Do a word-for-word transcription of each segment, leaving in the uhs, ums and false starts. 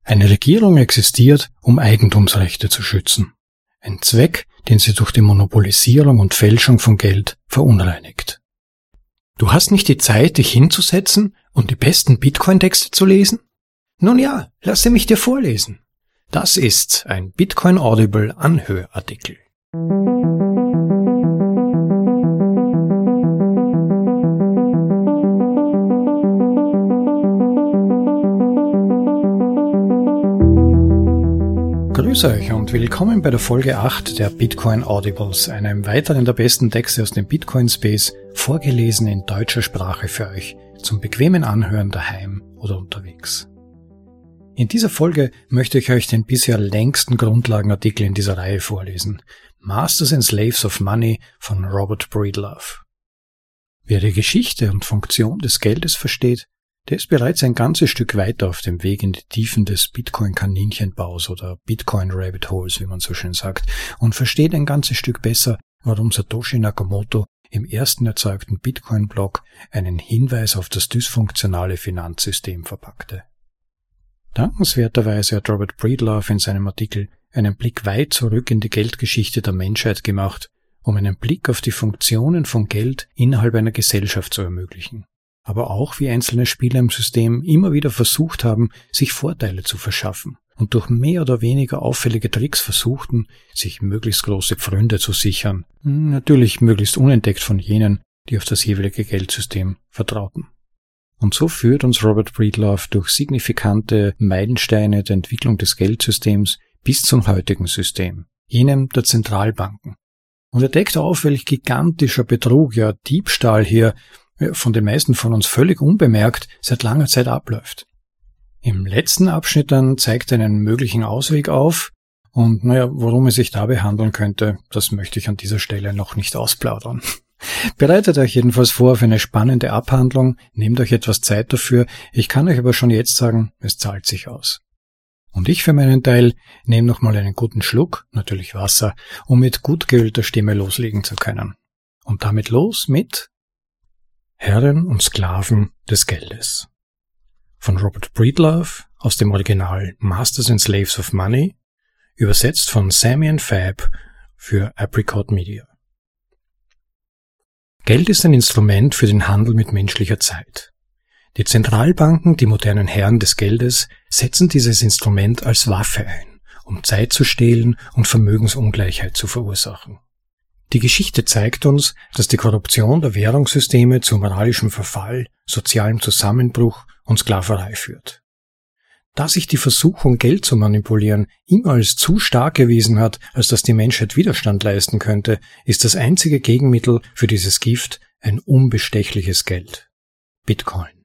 Eine Regierung existiert, um Eigentumsrechte zu schützen. Ein Zweck, den sie durch die Monopolisierung und Fälschung von Geld verunreinigt. Du hast nicht die Zeit, dich hinzusetzen und die besten Bitcoin-Texte zu lesen? Nun ja, lasse mich dir vorlesen. Das ist ein Bitcoin Audible Anhörartikel. Grüß euch und willkommen bei der Folge acht der Bitcoin Audibles, einem weiteren der besten Texte aus dem Bitcoin Space, vorgelesen in deutscher Sprache für euch, zum bequemen Anhören daheim oder unterwegs. In dieser Folge möchte ich euch den bisher längsten Grundlagenartikel in dieser Reihe vorlesen, Masters and Slaves of Money von Robert Breedlove. Wer die Geschichte und Funktion des Geldes versteht, der ist bereits ein ganzes Stück weiter auf dem Weg in die Tiefen des Bitcoin-Kaninchenbaus oder Bitcoin-Rabbit-Holes, wie man so schön sagt, und versteht ein ganzes Stück besser, warum Satoshi Nakamoto im ersten erzeugten Bitcoin-Block einen Hinweis auf das dysfunktionale Finanzsystem verpackte. Dankenswerterweise hat Robert Breedlove in seinem Artikel einen Blick weit zurück in die Geldgeschichte der Menschheit gemacht, um einen Blick auf die Funktionen von Geld innerhalb einer Gesellschaft zu ermöglichen. Aber auch wie einzelne Spieler im System immer wieder versucht haben, sich Vorteile zu verschaffen und durch mehr oder weniger auffällige Tricks versuchten, sich möglichst große Pfründe zu sichern, natürlich möglichst unentdeckt von jenen, die auf das jeweilige Geldsystem vertrauten. Und so führt uns Robert Breedlove durch signifikante Meilensteine der Entwicklung des Geldsystems bis zum heutigen System, jenem der Zentralbanken. Und er deckt auf, welch gigantischer Betrug, ja Diebstahl hier, von den meisten von uns völlig unbemerkt, seit langer Zeit abläuft. Im letzten Abschnitt dann zeigt er einen möglichen Ausweg auf und naja, worum es sich dabei handeln könnte, das möchte ich an dieser Stelle noch nicht ausplaudern. Bereitet euch jedenfalls vor auf eine spannende Abhandlung, nehmt euch etwas Zeit dafür, ich kann euch aber schon jetzt sagen, es zahlt sich aus. Und ich für meinen Teil nehme nochmal einen guten Schluck, natürlich Wasser, um mit gut geölter Stimme loslegen zu können. Und damit los mit Herren und Sklaven des Geldes. Von Robert Breedlove aus dem Original Masters and Slaves of Money, übersetzt von Samian Fab für Apricot Media. Geld ist ein Instrument für den Handel mit menschlicher Zeit. Die Zentralbanken, die modernen Herren des Geldes, setzen dieses Instrument als Waffe ein, um Zeit zu stehlen und Vermögensungleichheit zu verursachen. Die Geschichte zeigt uns, dass die Korruption der Währungssysteme zu moralischem Verfall, sozialem Zusammenbruch und Sklaverei führt. Da sich die Versuchung, Geld zu manipulieren, immer als zu stark erwiesen hat, als dass die Menschheit Widerstand leisten könnte, ist das einzige Gegenmittel für dieses Gift ein unbestechliches Geld: Bitcoin.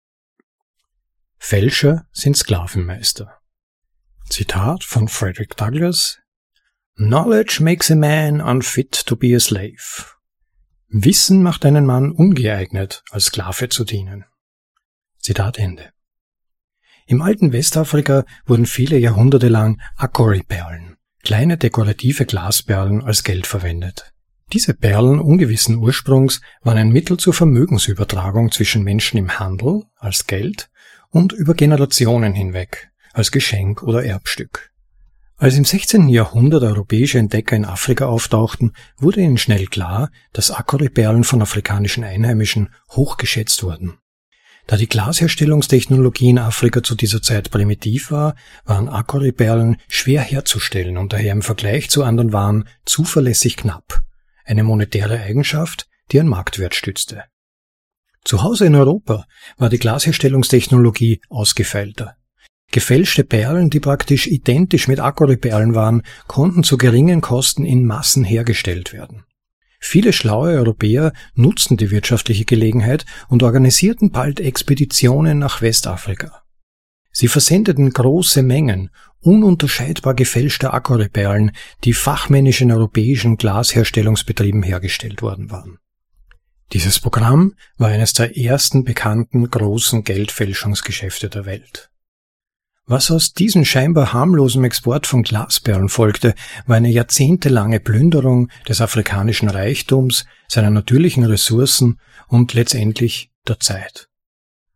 Fälscher sind Sklavenmeister. Zitat von Frederick Douglass: Knowledge makes a man unfit to be a slave. Wissen macht einen Mann ungeeignet, als Sklave zu dienen. Zitat Ende. Im alten Westafrika wurden viele Jahrhunderte lang Akori-Perlen, kleine dekorative Glasperlen, als Geld verwendet. Diese Perlen ungewissen Ursprungs waren ein Mittel zur Vermögensübertragung zwischen Menschen im Handel, als Geld, und über Generationen hinweg, als Geschenk oder Erbstück. Als im sechzehnten Jahrhundert europäische Entdecker in Afrika auftauchten, wurde ihnen schnell klar, dass Akori-Perlen von afrikanischen Einheimischen hochgeschätzt wurden. Da die Glasherstellungstechnologie in Afrika zu dieser Zeit primitiv war, waren Akori-Perlen schwer herzustellen und daher im Vergleich zu anderen Waren zuverlässig knapp. Eine monetäre Eigenschaft, die ihren Marktwert stützte. Zu Hause in Europa war die Glasherstellungstechnologie ausgefeilter. Gefälschte Perlen, die praktisch identisch mit Akori-Perlen waren, konnten zu geringen Kosten in Massen hergestellt werden. Viele schlaue Europäer nutzten die wirtschaftliche Gelegenheit und organisierten bald Expeditionen nach Westafrika. Sie versendeten große Mengen ununterscheidbar gefälschter Akori-Perlen, die fachmännisch in europäischen Glasherstellungsbetrieben hergestellt worden waren. Dieses Programm war eines der ersten bekannten großen Geldfälschungsgeschäfte der Welt. Was aus diesem scheinbar harmlosen Export von Glasperlen folgte, war eine jahrzehntelange Plünderung des afrikanischen Reichtums, seiner natürlichen Ressourcen und letztendlich der Zeit.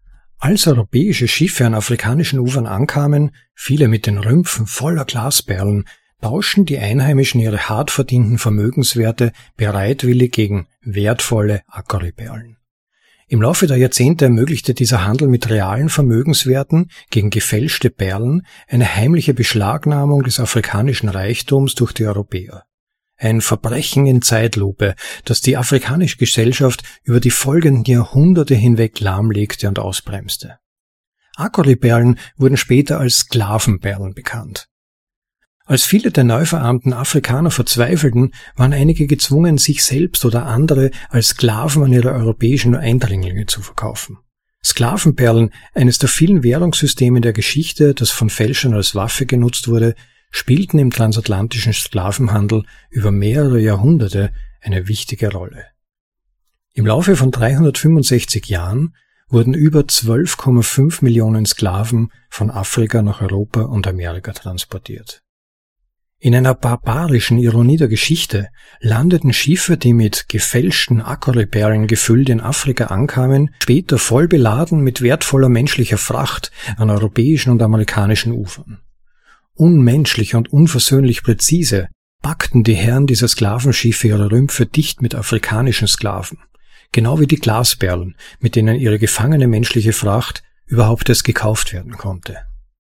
Als europäische Schiffe an afrikanischen Ufern ankamen, viele mit den Rümpfen voller Glasperlen, tauschten die Einheimischen ihre hart verdienten Vermögenswerte bereitwillig gegen wertvolle Ackery-Perlen. Im Laufe der Jahrzehnte ermöglichte dieser Handel mit realen Vermögenswerten gegen gefälschte Perlen eine heimliche Beschlagnahmung des afrikanischen Reichtums durch die Europäer. Ein Verbrechen in Zeitlupe, das die afrikanische Gesellschaft über die folgenden Jahrhunderte hinweg lahmlegte und ausbremste. Ackery-Perlen wurden später als Sklavenperlen bekannt. Als viele der neu verarmten Afrikaner verzweifelten, waren einige gezwungen, sich selbst oder andere als Sklaven an ihre europäischen Eindringlinge zu verkaufen. Sklavenperlen, eines der vielen Währungssysteme der Geschichte, das von Fälschern als Waffe genutzt wurde, spielten im transatlantischen Sklavenhandel über mehrere Jahrhunderte eine wichtige Rolle. Im Laufe von dreihundertfünfundsechzig Jahren wurden über zwölf Komma fünf Millionen Sklaven von Afrika nach Europa und Amerika transportiert. In einer barbarischen Ironie der Geschichte landeten Schiffe, die mit gefälschten Ackery-Perlen gefüllt in Afrika ankamen, später voll beladen mit wertvoller menschlicher Fracht an europäischen und amerikanischen Ufern. Unmenschlich und unversöhnlich präzise packten die Herren dieser Sklavenschiffe ihre Rümpfe dicht mit afrikanischen Sklaven, genau wie die Glasperlen, mit denen ihre gefangene menschliche Fracht überhaupt erst gekauft werden konnte.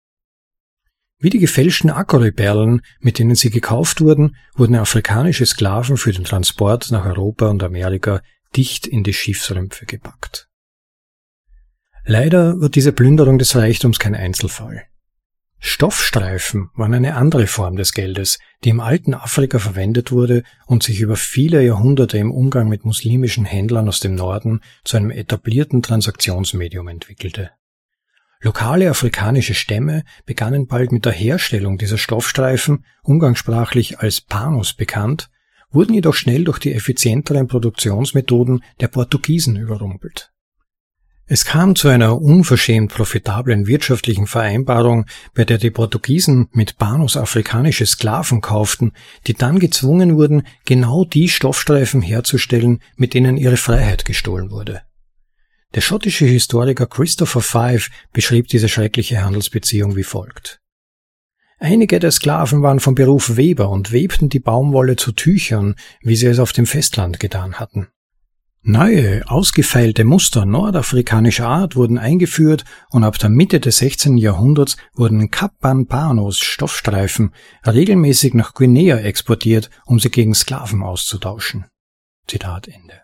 Wie die gefälschten Ackery-Perlen, mit denen sie gekauft wurden, wurden afrikanische Sklaven für den Transport nach Europa und Amerika dicht in die Schiffsrümpfe gepackt. Leider war diese Plünderung des Reichtums kein Einzelfall. Stoffstreifen waren eine andere Form des Geldes, die im alten Afrika verwendet wurde und sich über viele Jahrhunderte im Umgang mit muslimischen Händlern aus dem Norden zu einem etablierten Transaktionsmedium entwickelte. Lokale afrikanische Stämme begannen bald mit der Herstellung dieser Stoffstreifen, umgangssprachlich als Panos bekannt, wurden jedoch schnell durch die effizienteren Produktionsmethoden der Portugiesen überrumpelt. Es kam zu einer unverschämt profitablen wirtschaftlichen Vereinbarung, bei der die Portugiesen mit Panos afrikanische Sklaven kauften, die dann gezwungen wurden, genau die Stoffstreifen herzustellen, mit denen ihre Freiheit gestohlen wurde. Der schottische Historiker Christopher Five beschrieb diese schreckliche Handelsbeziehung wie folgt. Einige der Sklaven waren von Beruf Weber und webten die Baumwolle zu Tüchern, wie sie es auf dem Festland getan hatten. Neue, ausgefeilte Muster nordafrikanischer Art wurden eingeführt und ab der Mitte des sechzehnten Jahrhunderts wurden Kappan Panos Stoffstreifen regelmäßig nach Guinea exportiert, um sie gegen Sklaven auszutauschen. Zitat Ende.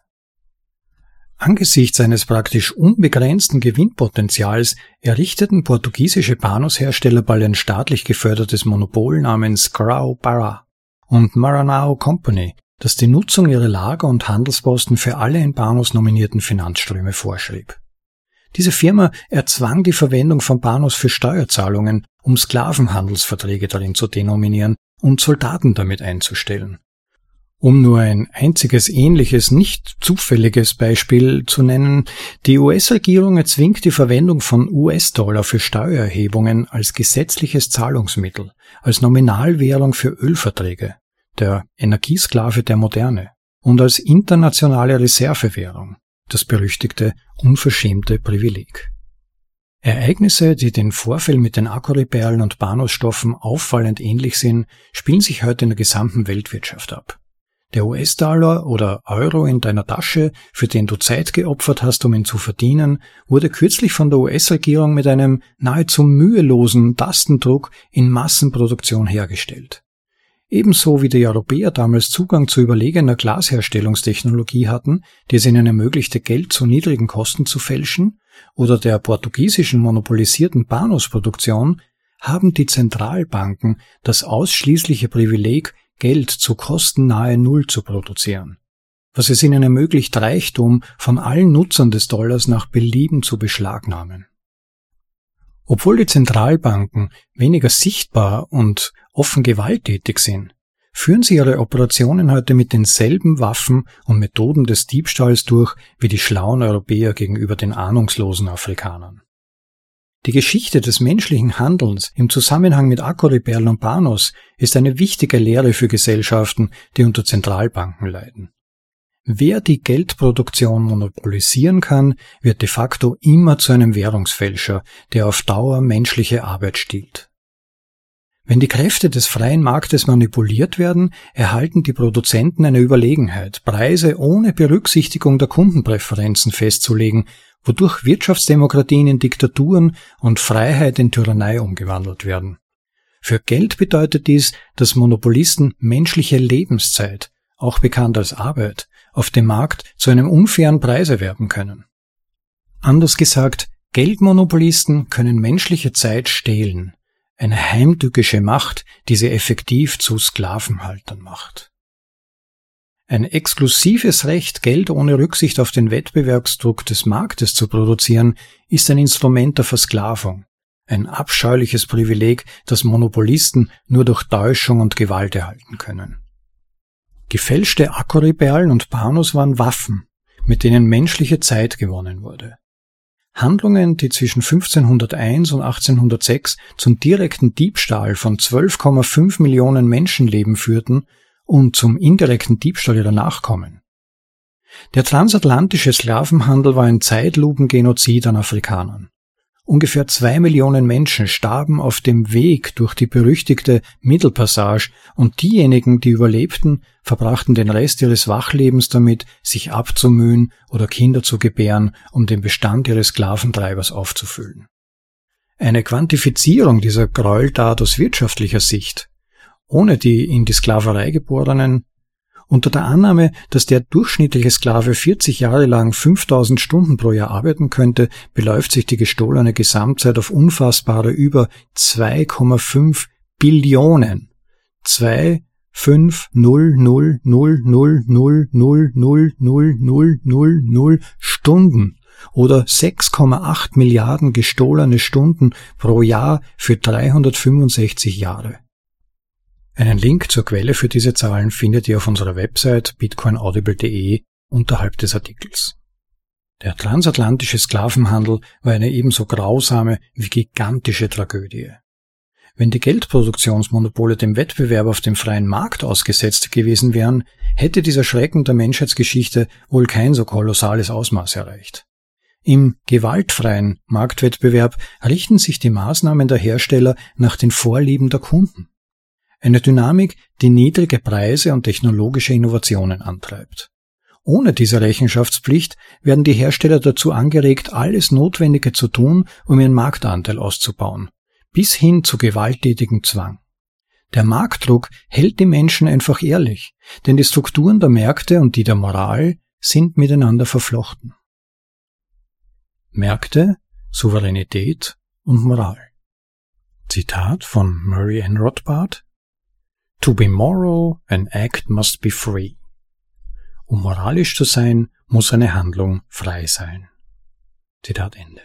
Angesichts eines praktisch unbegrenzten Gewinnpotenzials errichteten portugiesische Panos-Hersteller bald ein staatlich gefördertes Monopol namens Grão-Pará und Maranhão Company, das die Nutzung ihrer Lager und Handelsposten für alle in Panos nominierten Finanzströme vorschrieb. Diese Firma erzwang die Verwendung von Panos für Steuerzahlungen, um Sklavenhandelsverträge darin zu denominieren und Soldaten damit einzustellen. Um nur ein einziges ähnliches, nicht zufälliges Beispiel zu nennen, die U S-Regierung erzwingt die Verwendung von U S-Dollar für Steuererhebungen als gesetzliches Zahlungsmittel, als Nominalwährung für Ölverträge, der Energiesklave der Moderne, und als internationale Reservewährung, das berüchtigte unverschämte Privileg. Ereignisse, die den Vorfällen mit den Ackery-Perlen und Panos-Stoffen auffallend ähnlich sind, spielen sich heute in der gesamten Weltwirtschaft ab. Der U S-Dollar oder Euro in deiner Tasche, für den du Zeit geopfert hast, um ihn zu verdienen, wurde kürzlich von der U S-Regierung mit einem nahezu mühelosen Tastendruck in Massenproduktion hergestellt. Ebenso wie die Europäer damals Zugang zu überlegener Glasherstellungstechnologie hatten, die es ihnen ermöglichte, Geld zu niedrigen Kosten zu fälschen, oder der portugiesischen monopolisierten Panos-Produktion, haben die Zentralbanken das ausschließliche Privileg, Geld zu Kosten nahe Null zu produzieren, was es ihnen ermöglicht, Reichtum von allen Nutzern des Dollars nach Belieben zu beschlagnahmen. Obwohl die Zentralbanken weniger sichtbar und offen gewalttätig sind, führen sie ihre Operationen heute mit denselben Waffen und Methoden des Diebstahls durch wie die schlauen Europäer gegenüber den ahnungslosen Afrikanern. Die Geschichte des menschlichen Handelns im Zusammenhang mit Ackery-Perlen und Panos ist eine wichtige Lehre für Gesellschaften, die unter Zentralbanken leiden. Wer die Geldproduktion monopolisieren kann, wird de facto immer zu einem Währungsfälscher, der auf Dauer menschliche Arbeit stiehlt. Wenn die Kräfte des freien Marktes manipuliert werden, erhalten die Produzenten eine Überlegenheit, Preise ohne Berücksichtigung der Kundenpräferenzen festzulegen, wodurch Wirtschaftsdemokratien in Diktaturen und Freiheit in Tyrannei umgewandelt werden. Für Geld bedeutet dies, dass Monopolisten menschliche Lebenszeit, auch bekannt als Arbeit, auf dem Markt zu einem unfairen Preis erwerben können. Anders gesagt, Geldmonopolisten können menschliche Zeit stehlen, eine heimtückische Macht, die sie effektiv zu Sklavenhaltern macht. Ein exklusives Recht, Geld ohne Rücksicht auf den Wettbewerbsdruck des Marktes zu produzieren, ist ein Instrument der Versklavung, ein abscheuliches Privileg, das Monopolisten nur durch Täuschung und Gewalt erhalten können. Gefälschte Akoryperlen und Panos waren Waffen, mit denen menschliche Zeit gewonnen wurde. Handlungen, die zwischen fünfzehnhunderteins und achtzehnhundertsechs zum direkten Diebstahl von zwölf Komma fünf Millionen Menschenleben führten und zum indirekten Diebstahl ihrer Nachkommen. Der transatlantische Sklavenhandel war ein Zeitlupengenozid an Afrikanern. Ungefähr zwei Millionen Menschen starben auf dem Weg durch die berüchtigte Mittelpassage und diejenigen, die überlebten, verbrachten den Rest ihres Wachlebens damit, sich abzumühen oder Kinder zu gebären, um den Bestand ihres Sklaventreibers aufzufüllen. Eine Quantifizierung dieser Gräueltat aus wirtschaftlicher Sicht, ohne die in die Sklaverei geborenen, unter der Annahme, dass der durchschnittliche Sklave vierzig Jahre lang fünftausend Stunden pro Jahr arbeiten könnte, beläuft sich die gestohlene Gesamtzeit auf unfassbare über zwei Komma fünf Billionen. zwei fünf null null null null null null null null null null null Stunden oder sechs Komma acht Milliarden gestohlene Stunden pro Jahr für dreihundertfünfundsechzig Jahre. Einen Link zur Quelle für diese Zahlen findet ihr auf unserer Website bitcoinaudible punkt de unterhalb des Artikels. Der transatlantische Sklavenhandel war eine ebenso grausame wie gigantische Tragödie. Wenn die Geldproduktionsmonopole dem Wettbewerb auf dem freien Markt ausgesetzt gewesen wären, hätte dieser Schrecken der Menschheitsgeschichte wohl kein so kolossales Ausmaß erreicht. Im gewaltfreien Marktwettbewerb richten sich die Maßnahmen der Hersteller nach den Vorlieben der Kunden. Eine Dynamik, die niedrige Preise und technologische Innovationen antreibt. Ohne diese Rechenschaftspflicht werden die Hersteller dazu angeregt, alles Notwendige zu tun, um ihren Marktanteil auszubauen, bis hin zu gewalttätigem Zwang. Der Marktdruck hält die Menschen einfach ehrlich, denn die Strukturen der Märkte und die der Moral sind miteinander verflochten. Märkte, Souveränität und Moral. Zitat von Murray N. Rothbard: To be moral, an act must be free. Um moralisch zu sein, muss eine Handlung frei sein. Zitat Ende.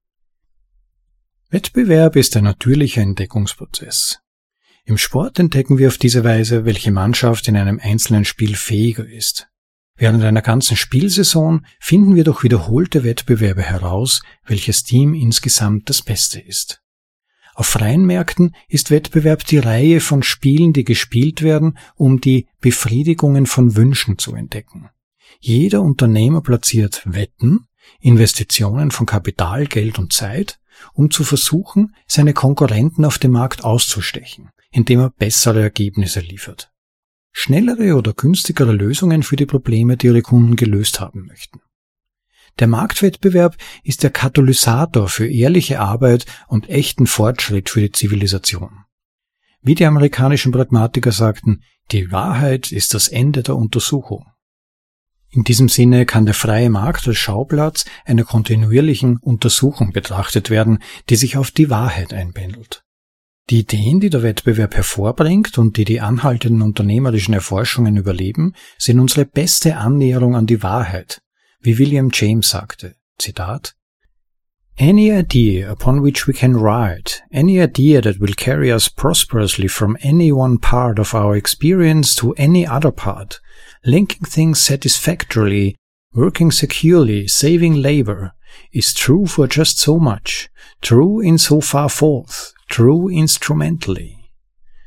Wettbewerb ist ein natürlicher Entdeckungsprozess. Im Sport entdecken wir auf diese Weise, welche Mannschaft in einem einzelnen Spiel fähiger ist. Während einer ganzen Spielsaison finden wir durch wiederholte Wettbewerbe heraus, welches Team insgesamt das Beste ist. Auf freien Märkten ist Wettbewerb die Reihe von Spielen, die gespielt werden, um die Befriedigungen von Wünschen zu entdecken. Jeder Unternehmer platziert Wetten, Investitionen von Kapital, Geld und Zeit, um zu versuchen, seine Konkurrenten auf dem Markt auszustechen, indem er bessere Ergebnisse liefert. Schnellere oder günstigere Lösungen für die Probleme, die ihre Kunden gelöst haben möchten. Der Marktwettbewerb ist der Katalysator für ehrliche Arbeit und echten Fortschritt für die Zivilisation. Wie die amerikanischen Pragmatiker sagten, die Wahrheit ist das Ende der Untersuchung. In diesem Sinne kann der freie Markt als Schauplatz einer kontinuierlichen Untersuchung betrachtet werden, die sich auf die Wahrheit einpendelt. Die Ideen, die der Wettbewerb hervorbringt und die die anhaltenden unternehmerischen Erforschungen überleben, sind unsere beste Annäherung an die Wahrheit. Wie William James sagte, Zitat: Any idea upon which we can ride, any idea that will carry us prosperously from any one part of our experience to any other part, linking things satisfactorily, working securely, saving labor, is true for just so much, true in so far forth, true instrumentally.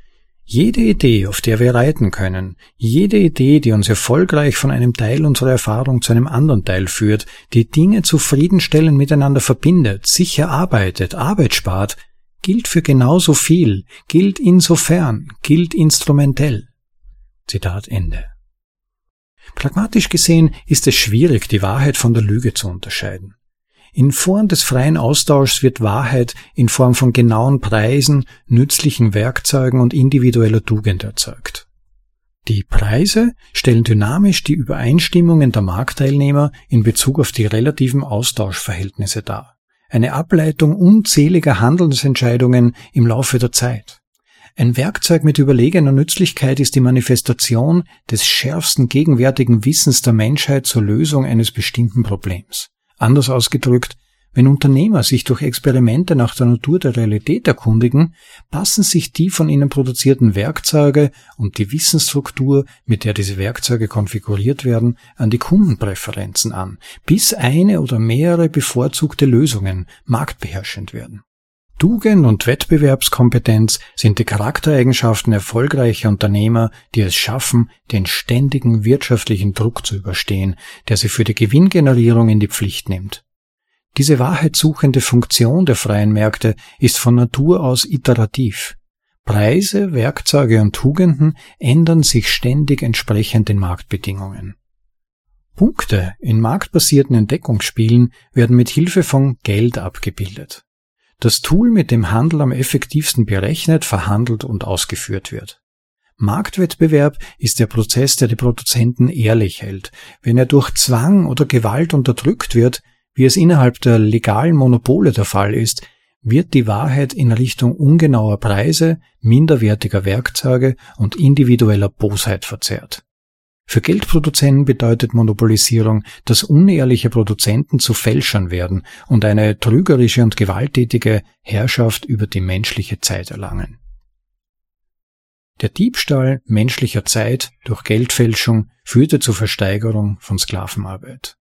Jede Idee, auf der wir reiten können, jede Idee, die uns erfolgreich von einem Teil unserer Erfahrung zu einem anderen Teil führt, die Dinge zufriedenstellend miteinander verbindet, sicher arbeitet, Arbeit spart, gilt für genauso viel, gilt insofern, gilt instrumentell. Zitat Ende. Pragmatisch gesehen ist es schwierig, die Wahrheit von der Lüge zu unterscheiden. In Form des freien Austauschs wird Wahrheit in Form von genauen Preisen, nützlichen Werkzeugen und individueller Tugend erzeugt. Die Preise stellen dynamisch die Übereinstimmungen der Marktteilnehmer in Bezug auf die relativen Austauschverhältnisse dar, eine Ableitung unzähliger Handelsentscheidungen im Laufe der Zeit. Ein Werkzeug mit überlegener Nützlichkeit ist die Manifestation des schärfsten gegenwärtigen Wissens der Menschheit zur Lösung eines bestimmten Problems. Anders ausgedrückt, wenn Unternehmer sich durch Experimente nach der Natur der Realität erkundigen, passen sich die von ihnen produzierten Werkzeuge und die Wissensstruktur, mit der diese Werkzeuge konfiguriert werden, an die Kundenpräferenzen an, bis eine oder mehrere bevorzugte Lösungen marktbeherrschend werden. Tugend und Wettbewerbskompetenz sind die Charaktereigenschaften erfolgreicher Unternehmer, die es schaffen, den ständigen wirtschaftlichen Druck zu überstehen, der sie für die Gewinngenerierung in die Pflicht nimmt. Diese wahrheitssuchende Funktion der freien Märkte ist von Natur aus iterativ. Preise, Werkzeuge und Tugenden ändern sich ständig entsprechend den Marktbedingungen. Punkte in marktbasierten Entdeckungsspielen werden mit Hilfe von Geld abgebildet. Das Tool, mit dem Handel am effektivsten berechnet, verhandelt und ausgeführt wird. Marktwettbewerb ist der Prozess, der die Produzenten ehrlich hält. Wenn er durch Zwang oder Gewalt unterdrückt wird, wie es innerhalb der legalen Monopole der Fall ist, wird die Wahrheit in Richtung ungenauer Preise, minderwertiger Werkzeuge und individueller Bosheit verzerrt. Für Geldproduzenten bedeutet Monopolisierung, dass unehrliche Produzenten zu Fälschern werden und eine trügerische und gewalttätige Herrschaft über die menschliche Zeit erlangen. Der Diebstahl menschlicher Zeit durch Geldfälschung führte zur Versteigerung von Sklavenarbeit.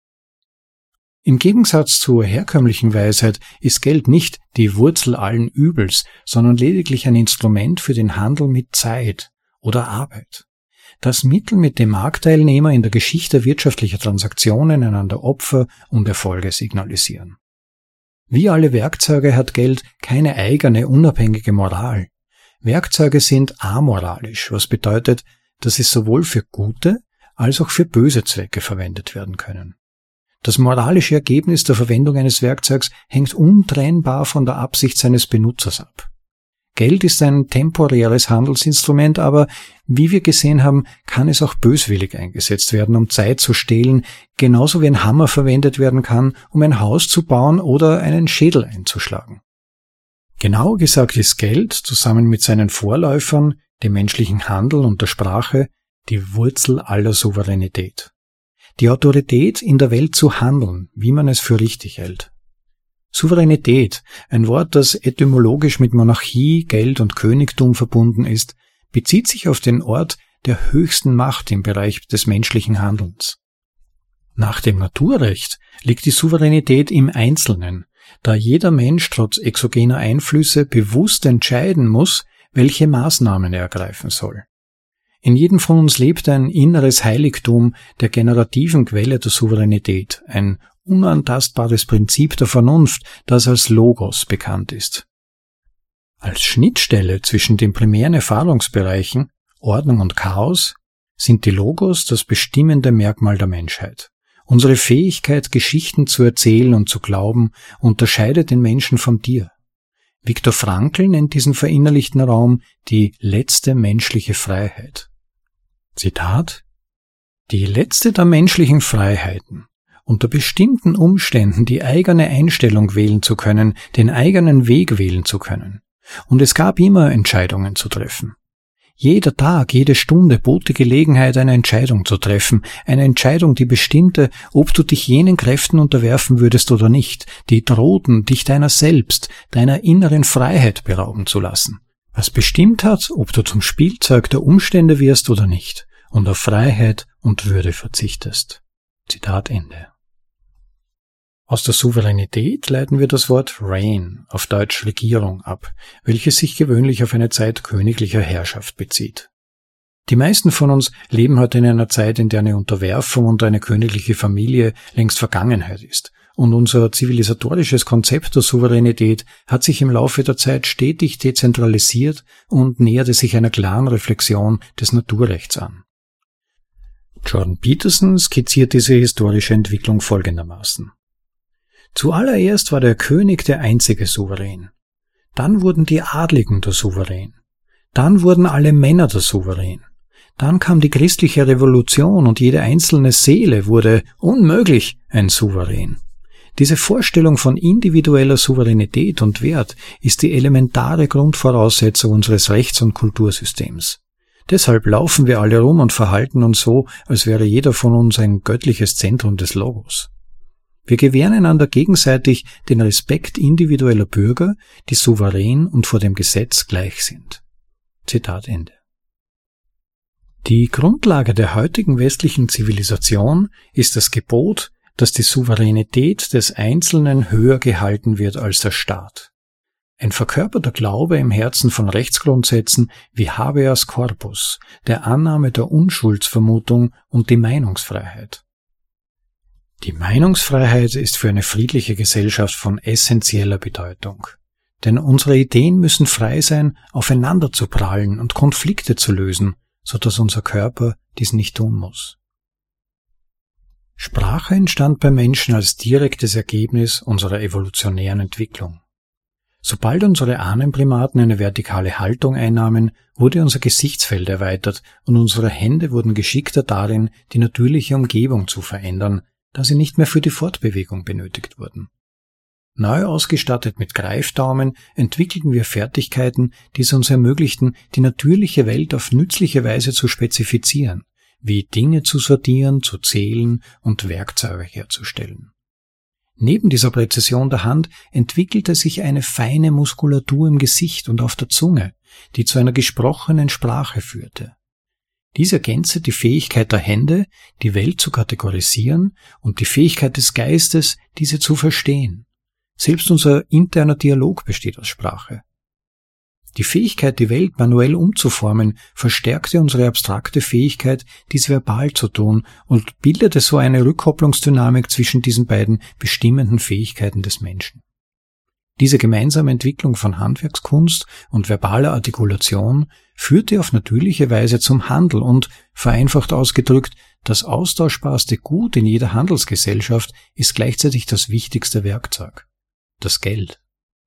Im Gegensatz zur herkömmlichen Weisheit ist Geld nicht die Wurzel allen Übels, sondern lediglich ein Instrument für den Handel mit Zeit oder Arbeit. Das Mittel, mit dem Marktteilnehmer in der Geschichte wirtschaftlicher Transaktionen einander Opfer und Erfolge signalisieren. Wie alle Werkzeuge hat Geld keine eigene, unabhängige Moral. Werkzeuge sind amoralisch, was bedeutet, dass sie sowohl für gute als auch für böse Zwecke verwendet werden können. Das moralische Ergebnis der Verwendung eines Werkzeugs hängt untrennbar von der Absicht seines Benutzers ab. Geld ist ein temporäres Handelsinstrument, aber wie wir gesehen haben, kann es auch böswillig eingesetzt werden, um Zeit zu stehlen, genauso wie ein Hammer verwendet werden kann, um ein Haus zu bauen oder einen Schädel einzuschlagen. Genauer gesagt ist Geld, zusammen mit seinen Vorläufern, dem menschlichen Handel und der Sprache, die Wurzel aller Souveränität. Die Autorität, in der Welt zu handeln, wie man es für richtig hält. Souveränität, ein Wort, das etymologisch mit Monarchie, Geld und Königtum verbunden ist, bezieht sich auf den Ort der höchsten Macht im Bereich des menschlichen Handelns. Nach dem Naturrecht liegt die Souveränität im Einzelnen, da jeder Mensch trotz exogener Einflüsse bewusst entscheiden muss, welche Maßnahmen er ergreifen soll. In jedem von uns lebt ein inneres Heiligtum der generativen Quelle der Souveränität, ein unantastbares Prinzip der Vernunft, das als Logos bekannt ist. Als Schnittstelle zwischen den primären Erfahrungsbereichen, Ordnung und Chaos, sind die Logos das bestimmende Merkmal der Menschheit. Unsere Fähigkeit, Geschichten zu erzählen und zu glauben, unterscheidet den Menschen vom Tier. Viktor Frankl nennt diesen verinnerlichten Raum die letzte menschliche Freiheit. Zitat: Die letzte der menschlichen Freiheiten, unter bestimmten Umständen die eigene Einstellung wählen zu können, den eigenen Weg wählen zu können. Und es gab immer Entscheidungen zu treffen. Jeder Tag, jede Stunde bot die Gelegenheit, eine Entscheidung zu treffen, eine Entscheidung, die bestimmte, ob du dich jenen Kräften unterwerfen würdest oder nicht, die drohten, dich deiner selbst, deiner inneren Freiheit berauben zu lassen. Was bestimmt hat, ob du zum Spielzeug der Umstände wirst oder nicht und auf Freiheit und Würde verzichtest. Zitat Ende. Aus der Souveränität leiten wir das Wort Reign, auf Deutsch Regierung, ab, welches sich gewöhnlich auf eine Zeit königlicher Herrschaft bezieht. Die meisten von uns leben heute in einer Zeit, in der eine Unterwerfung unter eine königliche Familie längst Vergangenheit ist. Und unser zivilisatorisches Konzept der Souveränität hat sich im Laufe der Zeit stetig dezentralisiert und näherte sich einer klaren Reflexion des Naturrechts an. Jordan Peterson skizziert diese historische Entwicklung folgendermaßen. Zuallererst war der König der einzige Souverän. Dann wurden die Adligen der Souverän. Dann wurden alle Männer der Souverän. Dann kam die christliche Revolution und jede einzelne Seele wurde unmöglich ein Souverän. Diese Vorstellung von individueller Souveränität und Wert ist die elementare Grundvoraussetzung unseres Rechts- und Kultursystems. Deshalb laufen wir alle rum und verhalten uns so, als wäre jeder von uns ein göttliches Zentrum des Logos. Wir gewähren einander gegenseitig den Respekt individueller Bürger, die souverän und vor dem Gesetz gleich sind. Zitat Ende. Die Grundlage der heutigen westlichen Zivilisation ist das Gebot, dass die Souveränität des Einzelnen höher gehalten wird als der Staat. Ein verkörperter Glaube im Herzen von Rechtsgrundsätzen wie Habeas Corpus, der Annahme der Unschuldsvermutung und die Meinungsfreiheit. Die Meinungsfreiheit ist für eine friedliche Gesellschaft von essentieller Bedeutung. Denn unsere Ideen müssen frei sein, aufeinander zu prallen und Konflikte zu lösen, so dass unser Körper dies nicht tun muss. Sprache entstand beim Menschen als direktes Ergebnis unserer evolutionären Entwicklung. Sobald unsere Ahnenprimaten eine vertikale Haltung einnahmen, wurde unser Gesichtsfeld erweitert und unsere Hände wurden geschickter darin, die natürliche Umgebung zu verändern, da sie nicht mehr für die Fortbewegung benötigt wurden. Neu ausgestattet mit Greifdaumen entwickelten wir Fertigkeiten, die es uns ermöglichten, die natürliche Welt auf nützliche Weise zu spezifizieren, wie Dinge zu sortieren, zu zählen und Werkzeuge herzustellen. Neben dieser Präzision der Hand entwickelte sich eine feine Muskulatur im Gesicht und auf der Zunge, die zu einer gesprochenen Sprache führte. Dies ergänzte die Fähigkeit der Hände, die Welt zu kategorisieren und die Fähigkeit des Geistes, diese zu verstehen. Selbst unser interner Dialog besteht aus Sprache. Die Fähigkeit, die Welt manuell umzuformen, verstärkte unsere abstrakte Fähigkeit, dies verbal zu tun und bildete so eine Rückkopplungsdynamik zwischen diesen beiden bestimmenden Fähigkeiten des Menschen. Diese gemeinsame Entwicklung von Handwerkskunst und verbaler Artikulation führte auf natürliche Weise zum Handel und, vereinfacht ausgedrückt, das austauschbarste Gut in jeder Handelsgesellschaft ist gleichzeitig das wichtigste Werkzeug, das Geld.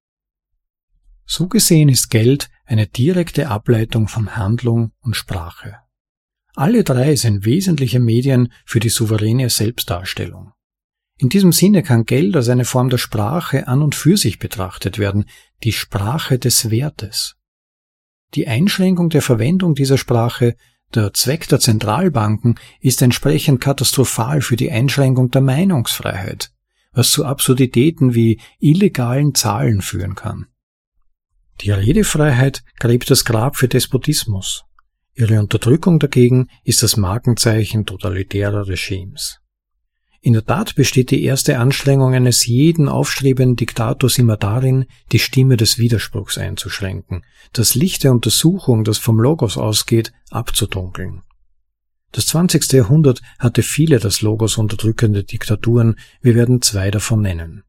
So gesehen ist Geld eine direkte Ableitung von Handlung und Sprache. Alle drei sind wesentliche Medien für die souveräne Selbstdarstellung. In diesem Sinne kann Geld als eine Form der Sprache an und für sich betrachtet werden, die Sprache des Wertes. Die Einschränkung der Verwendung dieser Sprache, der Zweck der Zentralbanken, ist entsprechend katastrophal für die Einschränkung der Meinungsfreiheit, was zu Absurditäten wie illegalen Zahlen führen kann. Die Redefreiheit gräbt das Grab für Despotismus. Ihre Unterdrückung dagegen ist das Markenzeichen totalitärer Regimes. In der Tat besteht die erste Anstrengung eines jeden aufstrebenden Diktators immer darin, die Stimme des Widerspruchs einzuschränken, das Licht der Untersuchung, das vom Logos ausgeht, abzudunkeln. Das zwanzigste Jahrhundert hatte viele das Logos unterdrückende Diktaturen, wir werden zwei davon nennen.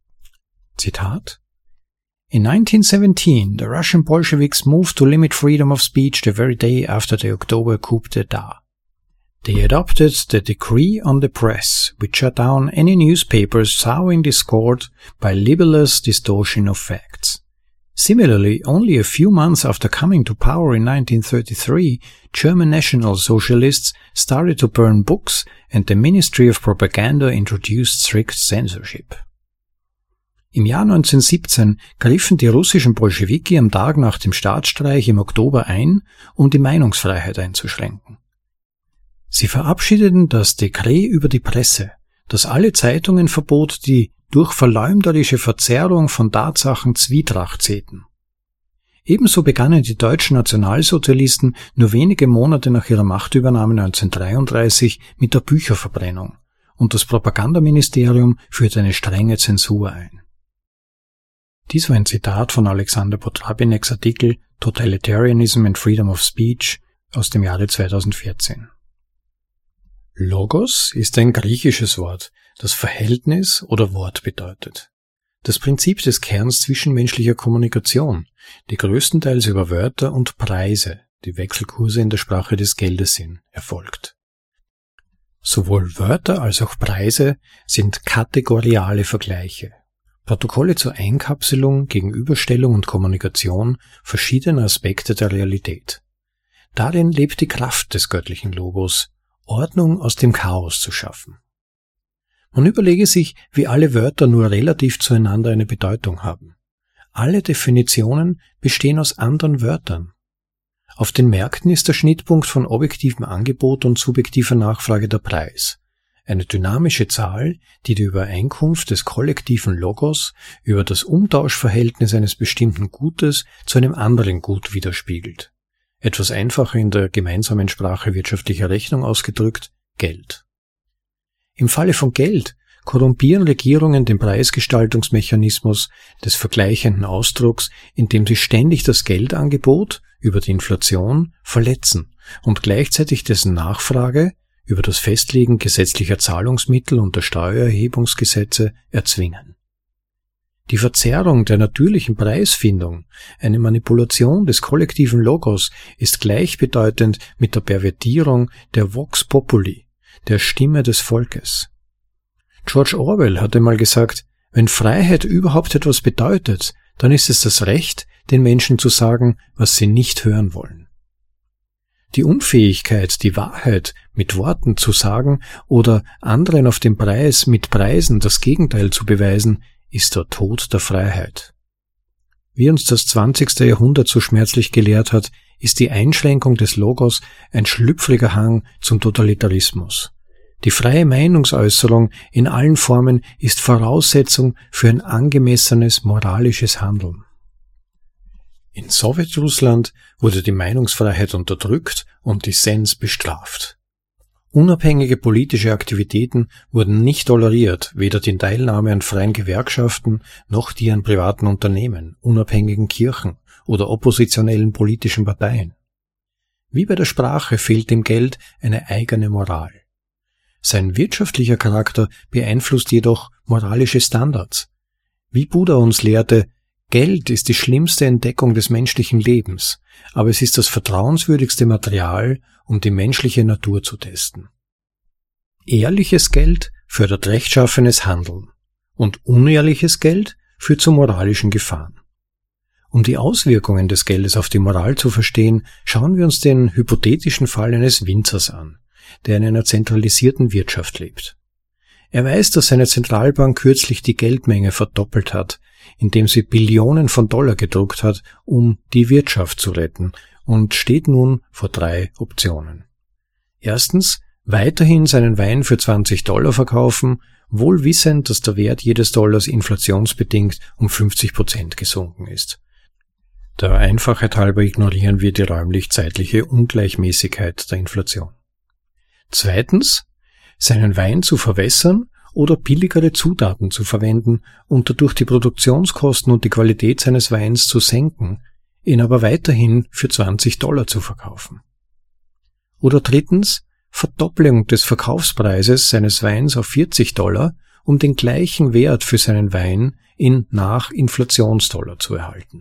Zitat: In nineteen seventeen, the Russian Bolsheviks moved to limit freedom of speech the very day after the October coup d'etat. They adopted the Decree on the Press, which shut down any newspapers sowing discord by libelous distortion of facts. Similarly, only a few months after coming to power in nineteen thirty-three, German National Socialists started to burn books and the Ministry of Propaganda introduced strict censorship. Im Jahr neunzehnhundertsiebzehn griffen die russischen Bolschewiki am Tag nach dem Staatsstreich im Oktober ein, um die Meinungsfreiheit einzuschränken. Sie verabschiedeten das Dekret über die Presse, das alle Zeitungen verbot, die durch verleumderische Verzerrung von Tatsachen Zwietracht säten. Ebenso begannen die deutschen Nationalsozialisten nur wenige Monate nach ihrer Machtübernahme neunzehnhundertdreiunddreißig mit der Bücherverbrennung und das Propagandaministerium führt eine strenge Zensur ein. Dies war ein Zitat von Alexander Potrabineks Artikel Totalitarianism and Freedom of Speech aus dem Jahre zweitausendvierzehn. Logos ist ein griechisches Wort, das Verhältnis oder Wort bedeutet. Das Prinzip des Kerns zwischenmenschlicher Kommunikation, die größtenteils über Wörter und Preise, die Wechselkurse in der Sprache des Geldes sind, erfolgt. Sowohl Wörter als auch Preise sind kategoriale Vergleiche, Protokolle zur Einkapselung, Gegenüberstellung und Kommunikation verschiedener Aspekte der Realität. Darin lebt die Kraft des göttlichen Logos, Ordnung aus dem Chaos zu schaffen. Man überlege sich, wie alle Wörter nur relativ zueinander eine Bedeutung haben. Alle Definitionen bestehen aus anderen Wörtern. Auf den Märkten ist der Schnittpunkt von objektivem Angebot und subjektiver Nachfrage der Preis. Eine dynamische Zahl, die die Übereinkunft des kollektiven Logos über das Umtauschverhältnis eines bestimmten Gutes zu einem anderen Gut widerspiegelt. Etwas einfacher in der gemeinsamen Sprache wirtschaftlicher Rechnung ausgedrückt, Geld. Im Falle von Geld korrumpieren Regierungen den Preisgestaltungsmechanismus des vergleichenden Ausdrucks, indem sie ständig das Geldangebot über die Inflation verletzen und gleichzeitig dessen Nachfrage über das Festlegen gesetzlicher Zahlungsmittel und der Steuererhebungsgesetze erzwingen. Die Verzerrung der natürlichen Preisfindung, eine Manipulation des kollektiven Logos, ist gleichbedeutend mit der Pervertierung der Vox Populi, der Stimme des Volkes. George Orwell hatte mal gesagt, wenn Freiheit überhaupt etwas bedeutet, dann ist es das Recht, den Menschen zu sagen, was sie nicht hören wollen. Die Unfähigkeit, die Wahrheit mit Worten zu sagen oder anderen auf dem Preis mit Preisen das Gegenteil zu beweisen, ist der Tod der Freiheit. Wie uns das zwanzigste Jahrhundert so schmerzlich gelehrt hat, ist die Einschränkung des Logos ein schlüpfriger Hang zum Totalitarismus. Die freie Meinungsäußerung in allen Formen ist Voraussetzung für ein angemessenes moralisches Handeln. In Sowjetrussland wurde die Meinungsfreiheit unterdrückt und Dissens bestraft. Unabhängige politische Aktivitäten wurden nicht toleriert, weder die Teilnahme an freien Gewerkschaften noch die an privaten Unternehmen, unabhängigen Kirchen oder oppositionellen politischen Parteien. Wie bei der Sprache fehlt dem Geld eine eigene Moral. Sein wirtschaftlicher Charakter beeinflusst jedoch moralische Standards. Wie Buddha uns lehrte, Geld ist die schlimmste Entdeckung des menschlichen Lebens, aber es ist das vertrauenswürdigste Material, um die menschliche Natur zu testen. Ehrliches Geld fördert rechtschaffenes Handeln und unehrliches Geld führt zu moralischen Gefahren. Um die Auswirkungen des Geldes auf die Moral zu verstehen, schauen wir uns den hypothetischen Fall eines Winzers an, der in einer zentralisierten Wirtschaft lebt. Er weiß, dass seine Zentralbank kürzlich die Geldmenge verdoppelt hat, indem sie Billionen von Dollar gedruckt hat, um die Wirtschaft zu retten, und steht nun vor drei Optionen. Erstens, weiterhin seinen Wein für zwanzig Dollar verkaufen, wohl wissend, dass der Wert jedes Dollars inflationsbedingt um fünfzig Prozent gesunken ist. Der Einfachheit halber ignorieren wir die räumlich-zeitliche Ungleichmäßigkeit der Inflation. Zweitens, seinen Wein zu verwässern oder billigere Zutaten zu verwenden und dadurch die Produktionskosten und die Qualität seines Weins zu senken, ihn aber weiterhin für zwanzig Dollar zu verkaufen. Oder drittens, Verdoppelung des Verkaufspreises seines Weins auf vierzig Dollar, um den gleichen Wert für seinen Wein in Nach-Inflationsdollar zu erhalten.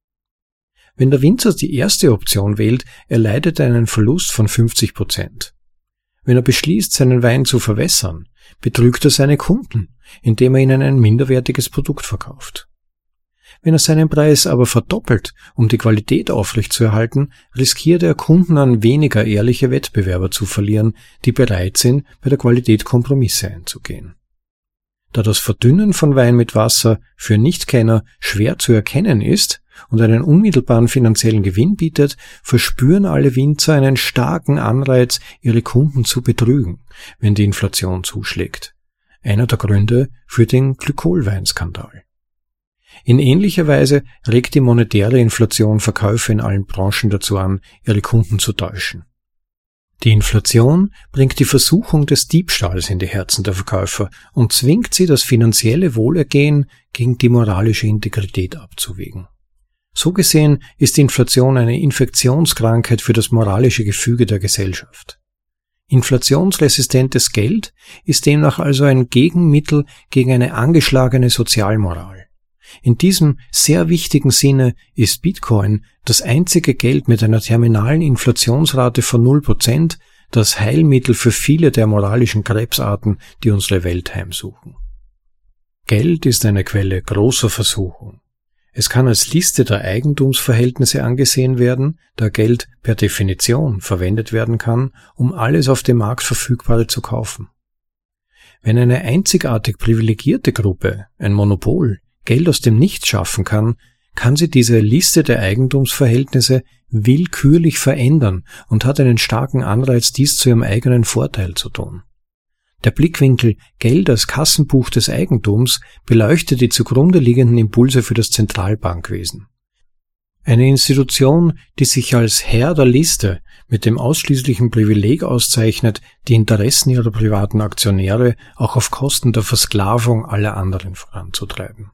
Wenn der Winzer die erste Option wählt, erleidet er einen Verlust von fünfzig Prozent. Wenn er beschließt, seinen Wein zu verwässern, betrügt er seine Kunden, indem er ihnen ein minderwertiges Produkt verkauft. Wenn er seinen Preis aber verdoppelt, um die Qualität aufrechtzuerhalten, riskiert er, Kunden an weniger ehrliche Wettbewerber zu verlieren, die bereit sind, bei der Qualität Kompromisse einzugehen. Da das Verdünnen von Wein mit Wasser für Nichtkenner schwer zu erkennen ist und einen unmittelbaren finanziellen Gewinn bietet, verspüren alle Winzer einen starken Anreiz, ihre Kunden zu betrügen, wenn die Inflation zuschlägt. Einer der Gründe für den Glykolweinskandal. In ähnlicher Weise regt die monetäre Inflation Verkäufer in allen Branchen dazu an, ihre Kunden zu täuschen. Die Inflation bringt die Versuchung des Diebstahls in die Herzen der Verkäufer und zwingt sie, das finanzielle Wohlergehen gegen die moralische Integrität abzuwägen. So gesehen ist die Inflation eine Infektionskrankheit für das moralische Gefüge der Gesellschaft. Inflationsresistentes Geld ist demnach also ein Gegenmittel gegen eine angeschlagene Sozialmoral. In diesem sehr wichtigen Sinne ist Bitcoin das einzige Geld mit einer terminalen Inflationsrate von null Prozent, das Heilmittel für viele der moralischen Krebsarten, die unsere Welt heimsuchen. Geld ist eine Quelle großer Versuchung. Es kann als Liste der Eigentumsverhältnisse angesehen werden, da Geld per Definition verwendet werden kann, um alles auf dem Markt Verfügbare zu kaufen. Wenn eine einzigartig privilegierte Gruppe, ein Monopol, Geld aus dem Nichts schaffen kann, kann sie diese Liste der Eigentumsverhältnisse willkürlich verändern und hat einen starken Anreiz, dies zu ihrem eigenen Vorteil zu tun. Der Blickwinkel Geld als Kassenbuch des Eigentums beleuchtet die zugrunde liegenden Impulse für das Zentralbankwesen. Eine Institution, die sich als Herr der Liste mit dem ausschließlichen Privileg auszeichnet, die Interessen ihrer privaten Aktionäre auch auf Kosten der Versklavung aller anderen voranzutreiben.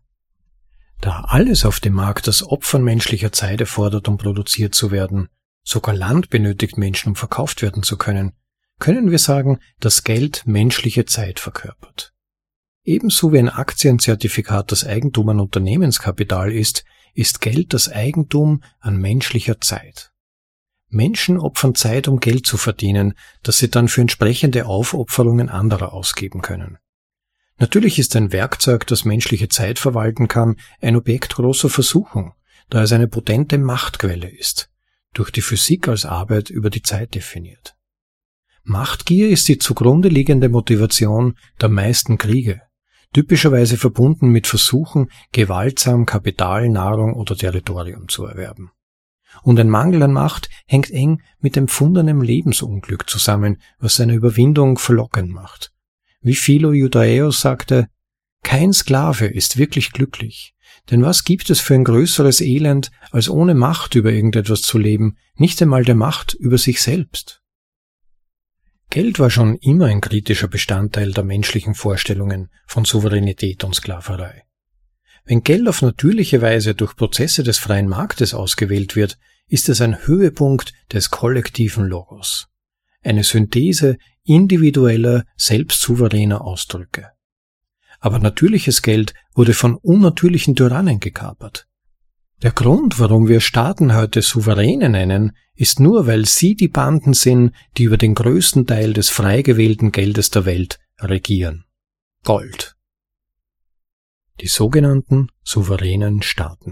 Da alles auf dem Markt das Opfern menschlicher Zeit erfordert, um produziert zu werden, sogar Land benötigt Menschen, um verkauft werden zu können, können wir sagen, dass Geld menschliche Zeit verkörpert. Ebenso wie ein Aktienzertifikat das Eigentum an Unternehmenskapital ist, ist Geld das Eigentum an menschlicher Zeit. Menschen opfern Zeit, um Geld zu verdienen, das sie dann für entsprechende Aufopferungen anderer ausgeben können. Natürlich ist ein Werkzeug, das menschliche Zeit verwalten kann, ein Objekt großer Versuchung, da es eine potente Machtquelle ist, durch die Physik als Arbeit über die Zeit definiert. Machtgier ist die zugrunde liegende Motivation der meisten Kriege, typischerweise verbunden mit Versuchen, gewaltsam Kapital, Nahrung oder Territorium zu erwerben. Und ein Mangel an Macht hängt eng mit empfundenem Lebensunglück zusammen, was seine Überwindung verlockend macht. Wie Philo Judaeus sagte, kein Sklave ist wirklich glücklich, denn was gibt es für ein größeres Elend, als ohne Macht über irgendetwas zu leben, nicht einmal der Macht über sich selbst? Geld war schon immer ein kritischer Bestandteil der menschlichen Vorstellungen von Souveränität und Sklaverei. Wenn Geld auf natürliche Weise durch Prozesse des freien Marktes ausgewählt wird, ist es ein Höhepunkt des kollektiven Logos, eine Synthese individueller, selbstsouveräner Ausdrücke. Aber natürliches Geld wurde von unnatürlichen Tyrannen gekapert. Der Grund, warum wir Staaten heute Souveräne nennen, ist nur, weil sie die Banden sind, die über den größten Teil des frei gewählten Geldes der Welt regieren. Gold. Die sogenannten souveränen Staaten.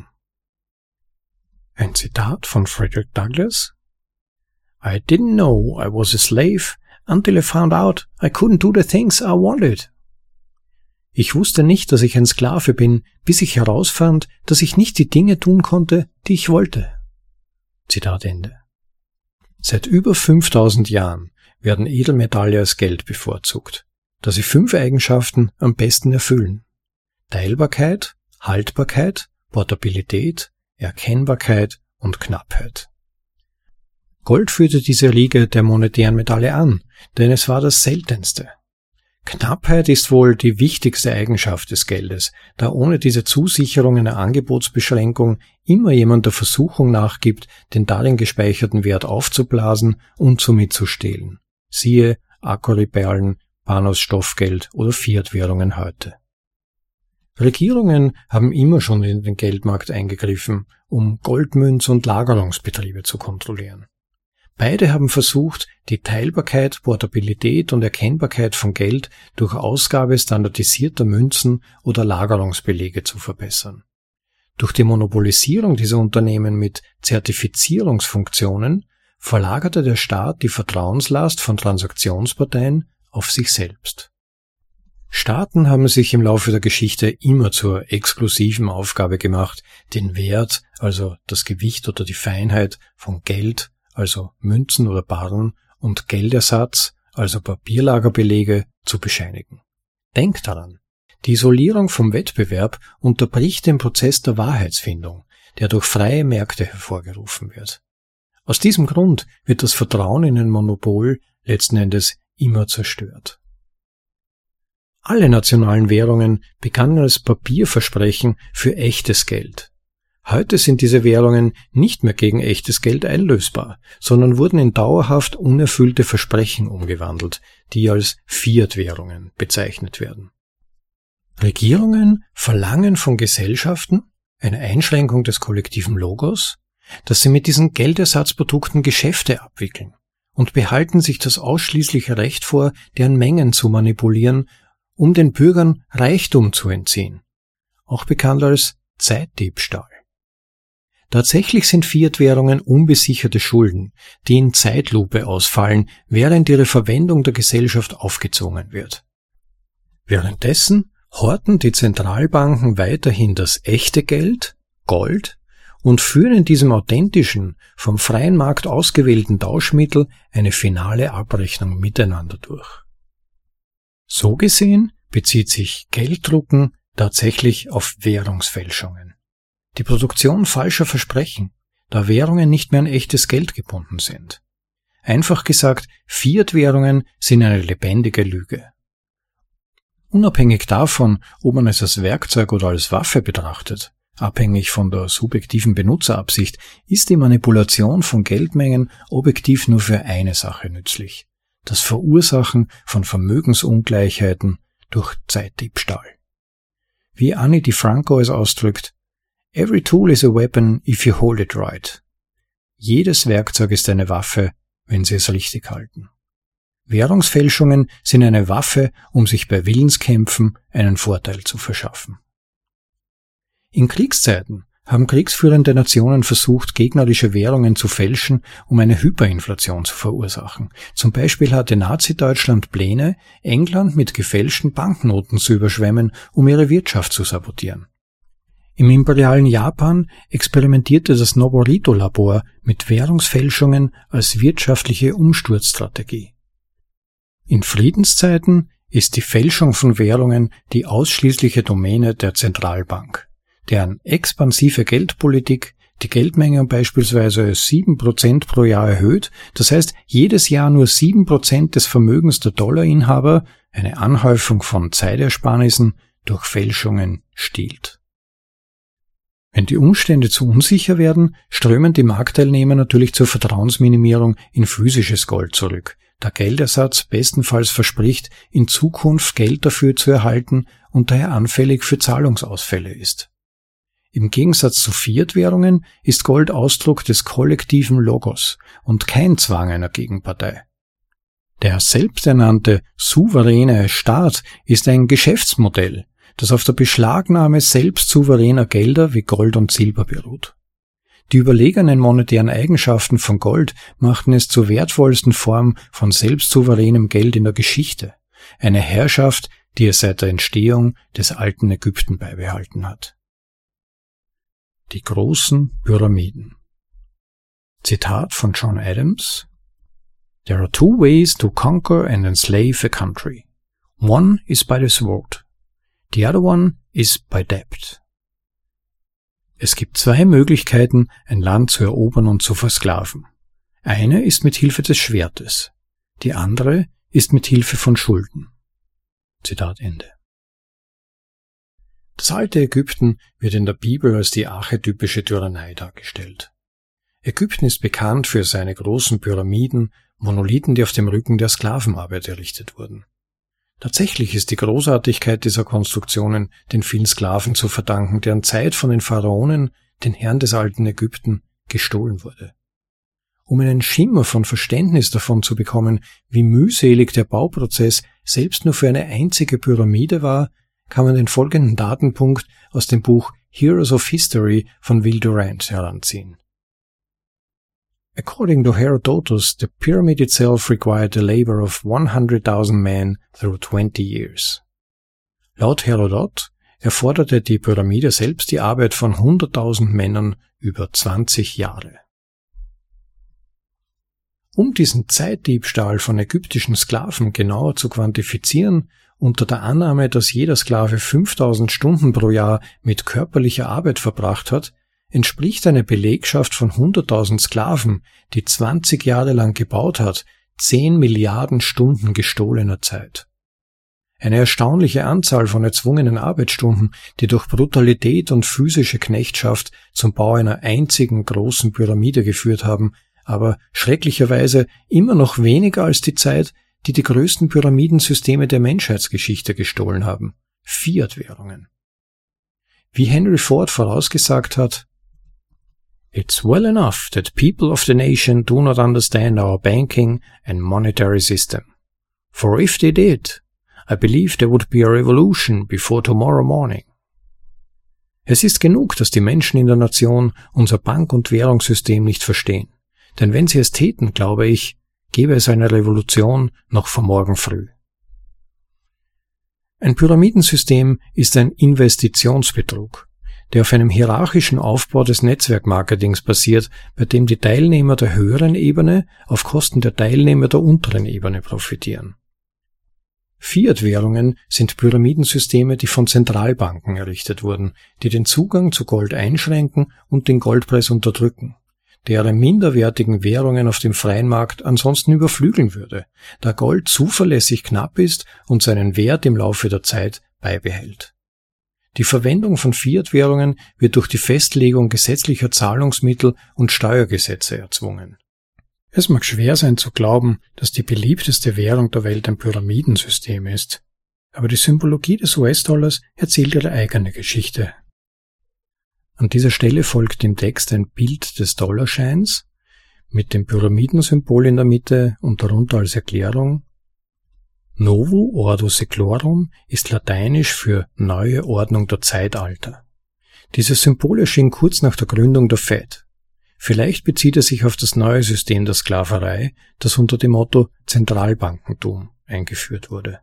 Ein Zitat von Frederick Douglass. I didn't know I was a slave until I found out I couldn't do the things I wanted. Ich wusste nicht, dass ich ein Sklave bin, bis ich herausfand, dass ich nicht die Dinge tun konnte, die ich wollte. Zitat Ende. Seit über fünftausend Jahren werden Edelmetalle als Geld bevorzugt, da sie fünf Eigenschaften am besten erfüllen. Teilbarkeit, Haltbarkeit, Portabilität, Erkennbarkeit und Knappheit. Gold führte diese Riege der monetären Metalle an, denn es war das seltenste. Knappheit ist wohl die wichtigste Eigenschaft des Geldes, da ohne diese Zusicherung einer Angebotsbeschränkung immer jemand der Versuchung nachgibt, den darin gespeicherten Wert aufzublasen und somit zu stehlen. Siehe Akorrhebalen, Panos-Stoffgeld oder Fiat-Währungen heute. Regierungen haben immer schon in den Geldmarkt eingegriffen, um Goldmünz- und Lagerungsbetriebe zu kontrollieren. Beide haben versucht, die Teilbarkeit, Portabilität und Erkennbarkeit von Geld durch Ausgabe standardisierter Münzen oder Lagerungsbelege zu verbessern. Durch die Monopolisierung dieser Unternehmen mit Zertifizierungsfunktionen verlagerte der Staat die Vertrauenslast von Transaktionsparteien auf sich selbst. Staaten haben sich im Laufe der Geschichte immer zur exklusiven Aufgabe gemacht, den Wert, also das Gewicht oder die Feinheit von Geld, also Münzen oder Barren, und Geldersatz, also Papierlagerbelege, zu bescheinigen. Denkt daran, die Isolierung vom Wettbewerb unterbricht den Prozess der Wahrheitsfindung, der durch freie Märkte hervorgerufen wird. Aus diesem Grund wird das Vertrauen in ein Monopol letzten Endes immer zerstört. Alle nationalen Währungen begannen als Papierversprechen für echtes Geld. Heute sind diese Währungen nicht mehr gegen echtes Geld einlösbar, sondern wurden in dauerhaft unerfüllte Versprechen umgewandelt, die als Fiat-Währungen bezeichnet werden. Regierungen verlangen von Gesellschaften eine Einschränkung des kollektiven Logos, dass sie mit diesen Geldersatzprodukten Geschäfte abwickeln und behalten sich das ausschließliche Recht vor, deren Mengen zu manipulieren, um den Bürgern Reichtum zu entziehen, auch bekannt als Zeitdiebstahl. Tatsächlich sind Fiat-Währungen unbesicherte Schulden, die in Zeitlupe ausfallen, während ihre Verwendung der Gesellschaft aufgezwungen wird. Währenddessen horten die Zentralbanken weiterhin das echte Geld, Gold, und führen in diesem authentischen, vom freien Markt ausgewählten Tauschmittel eine finale Abrechnung miteinander durch. So gesehen bezieht sich Gelddrucken tatsächlich auf Währungsfälschungen. Die Produktion falscher Versprechen, da Währungen nicht mehr an echtes Geld gebunden sind. Einfach gesagt, Fiat-Währungen sind eine lebendige Lüge. Unabhängig davon, ob man es als Werkzeug oder als Waffe betrachtet, abhängig von der subjektiven Benutzerabsicht, ist die Manipulation von Geldmengen objektiv nur für eine Sache nützlich: das Verursachen von Vermögensungleichheiten durch Zeitdiebstahl. Wie Ani DiFranco es ausdrückt: Every tool is a weapon if you hold it right. Jedes Werkzeug ist eine Waffe, wenn Sie es richtig halten. Währungsfälschungen sind eine Waffe, um sich bei Willenskämpfen einen Vorteil zu verschaffen. In Kriegszeiten haben kriegsführende Nationen versucht, gegnerische Währungen zu fälschen, um eine Hyperinflation zu verursachen. Zum Beispiel hatte Nazi-Deutschland Pläne, England mit gefälschten Banknoten zu überschwemmen, um ihre Wirtschaft zu sabotieren. Im imperialen Japan experimentierte das Noborito-Labor mit Währungsfälschungen als wirtschaftliche Umsturzstrategie. In Friedenszeiten ist die Fälschung von Währungen die ausschließliche Domäne der Zentralbank, deren expansive Geldpolitik die Geldmenge um beispielsweise sieben Prozent pro Jahr erhöht, das heißt jedes Jahr nur sieben Prozent des Vermögens der Dollarinhaber, eine Anhäufung von Zeitersparnissen, durch Fälschungen stiehlt. Wenn die Umstände zu unsicher werden, strömen die Marktteilnehmer natürlich zur Vertrauensminimierung in physisches Gold zurück, da Geldersatz bestenfalls verspricht, in Zukunft Geld dafür zu erhalten und daher anfällig für Zahlungsausfälle ist. Im Gegensatz zu Fiat-Währungen ist Gold Ausdruck des kollektiven Logos und kein Zwang einer Gegenpartei. Der selbsternannte souveräne Staat ist ein Geschäftsmodell, das auf der Beschlagnahme selbst souveräner Gelder wie Gold und Silber beruht. Die überlegenen monetären Eigenschaften von Gold machten es zur wertvollsten Form von selbstsouveränem Geld in der Geschichte, eine Herrschaft, die es seit der Entstehung des alten Ägypten beibehalten hat. Die großen Pyramiden. Zitat von John Adams: There are two ways to conquer and enslave a country. One is by the sword. The other one is by debt. Es gibt zwei Möglichkeiten, ein Land zu erobern und zu versklaven. Eine ist mit Hilfe des Schwertes, die andere ist mit Hilfe von Schulden. Zitat Ende. Das alte Ägypten wird in der Bibel als die archetypische Tyrannei dargestellt. Ägypten ist bekannt für seine großen Pyramiden, Monolithen, die auf dem Rücken der Sklavenarbeit errichtet wurden. Tatsächlich ist die Großartigkeit dieser Konstruktionen den vielen Sklaven zu verdanken, deren Zeit von den Pharaonen, den Herren des alten Ägypten, gestohlen wurde. Um einen Schimmer von Verständnis davon zu bekommen, wie mühselig der Bauprozess selbst nur für eine einzige Pyramide war, kann man den folgenden Datenpunkt aus dem Buch Heroes of History von Will Durant heranziehen. According to Herodotus, the pyramid itself required the labor of one hundred thousand men through twenty years. Laut Herodot erforderte die Pyramide selbst die Arbeit von hunderttausend Männern über zwanzig Jahre. Um diesen Zeitdiebstahl von ägyptischen Sklaven genauer zu quantifizieren, unter der Annahme, dass jeder Sklave fünftausend Stunden pro Jahr mit körperlicher Arbeit verbracht hat, entspricht eine Belegschaft von hunderttausend Sklaven, die zwanzig Jahre lang gebaut hat, zehn Milliarden Stunden gestohlener Zeit. Eine erstaunliche Anzahl von erzwungenen Arbeitsstunden, die durch Brutalität und physische Knechtschaft zum Bau einer einzigen großen Pyramide geführt haben, aber schrecklicherweise immer noch weniger als die Zeit, die die größten Pyramidensysteme der Menschheitsgeschichte gestohlen haben. Fiat-Währungen. Wie Henry Ford vorausgesagt hat, "It's well enough that people of the nation do not understand our banking and monetary system. For if they did, I believe there would be a revolution before tomorrow morning." Es ist genug, dass die Menschen in der Nation unser Bank- und Währungssystem nicht verstehen. Denn wenn sie es täten, glaube ich, gäbe es eine Revolution noch vor morgen früh. Ein Pyramidensystem ist ein Investitionsbetrug, der auf einem hierarchischen Aufbau des Netzwerkmarketings basiert, bei dem die Teilnehmer der höheren Ebene auf Kosten der Teilnehmer der unteren Ebene profitieren. Fiat-Währungen sind Pyramidensysteme, die von Zentralbanken errichtet wurden, die den Zugang zu Gold einschränken und den Goldpreis unterdrücken, der ihre minderwertigen Währungen auf dem freien Markt ansonsten überflügeln würde, da Gold zuverlässig knapp ist und seinen Wert im Laufe der Zeit beibehält. Die Verwendung von Fiat-Währungen wird durch die Festlegung gesetzlicher Zahlungsmittel und Steuergesetze erzwungen. Es mag schwer sein zu glauben, dass die beliebteste Währung der Welt ein Pyramidensystem ist, aber die Symbologie des U S-Dollars erzählt ihre eigene Geschichte. An dieser Stelle folgt dem Text ein Bild des Dollarscheins mit dem Pyramidensymbol in der Mitte und darunter als Erklärung: Novo Ordo Seclorum ist lateinisch für neue Ordnung der Zeitalter. Dieses Symbol erschien kurz nach der Gründung der Fed. Vielleicht bezieht es sich auf das neue System der Sklaverei, das unter dem Motto Zentralbankentum eingeführt wurde.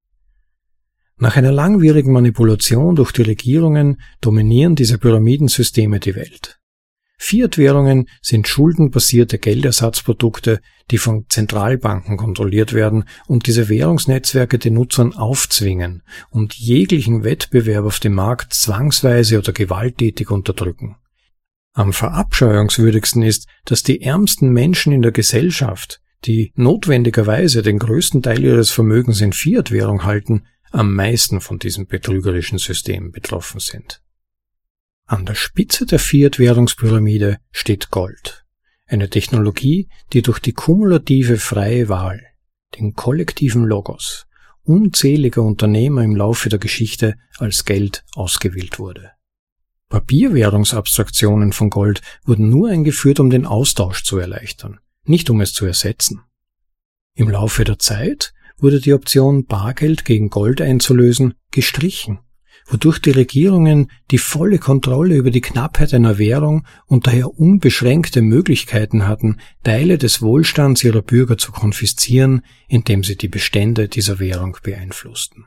Nach einer langwierigen Manipulation durch die Regierungen dominieren diese Pyramidensysteme die Welt. Fiat-Währungen sind schuldenbasierte Geldersatzprodukte, die von Zentralbanken kontrolliert werden und diese Währungsnetzwerke den Nutzern aufzwingen und jeglichen Wettbewerb auf dem Markt zwangsweise oder gewalttätig unterdrücken. Am verabscheuungswürdigsten ist, dass die ärmsten Menschen in der Gesellschaft, die notwendigerweise den größten Teil ihres Vermögens in Fiat-Währung halten, am meisten von diesem betrügerischen System betroffen sind. An der Spitze der Fiat-Währungspyramide steht Gold, eine Technologie, die durch die kumulative freie Wahl, den kollektiven Logos, unzähliger Unternehmer im Laufe der Geschichte als Geld ausgewählt wurde. Papierwährungsabstraktionen von Gold wurden nur eingeführt, um den Austausch zu erleichtern, nicht um es zu ersetzen. Im Laufe der Zeit wurde die Option, Bargeld gegen Gold einzulösen, gestrichen, wodurch die Regierungen die volle Kontrolle über die Knappheit einer Währung und daher unbeschränkte Möglichkeiten hatten, Teile des Wohlstands ihrer Bürger zu konfiszieren, indem sie die Bestände dieser Währung beeinflussten.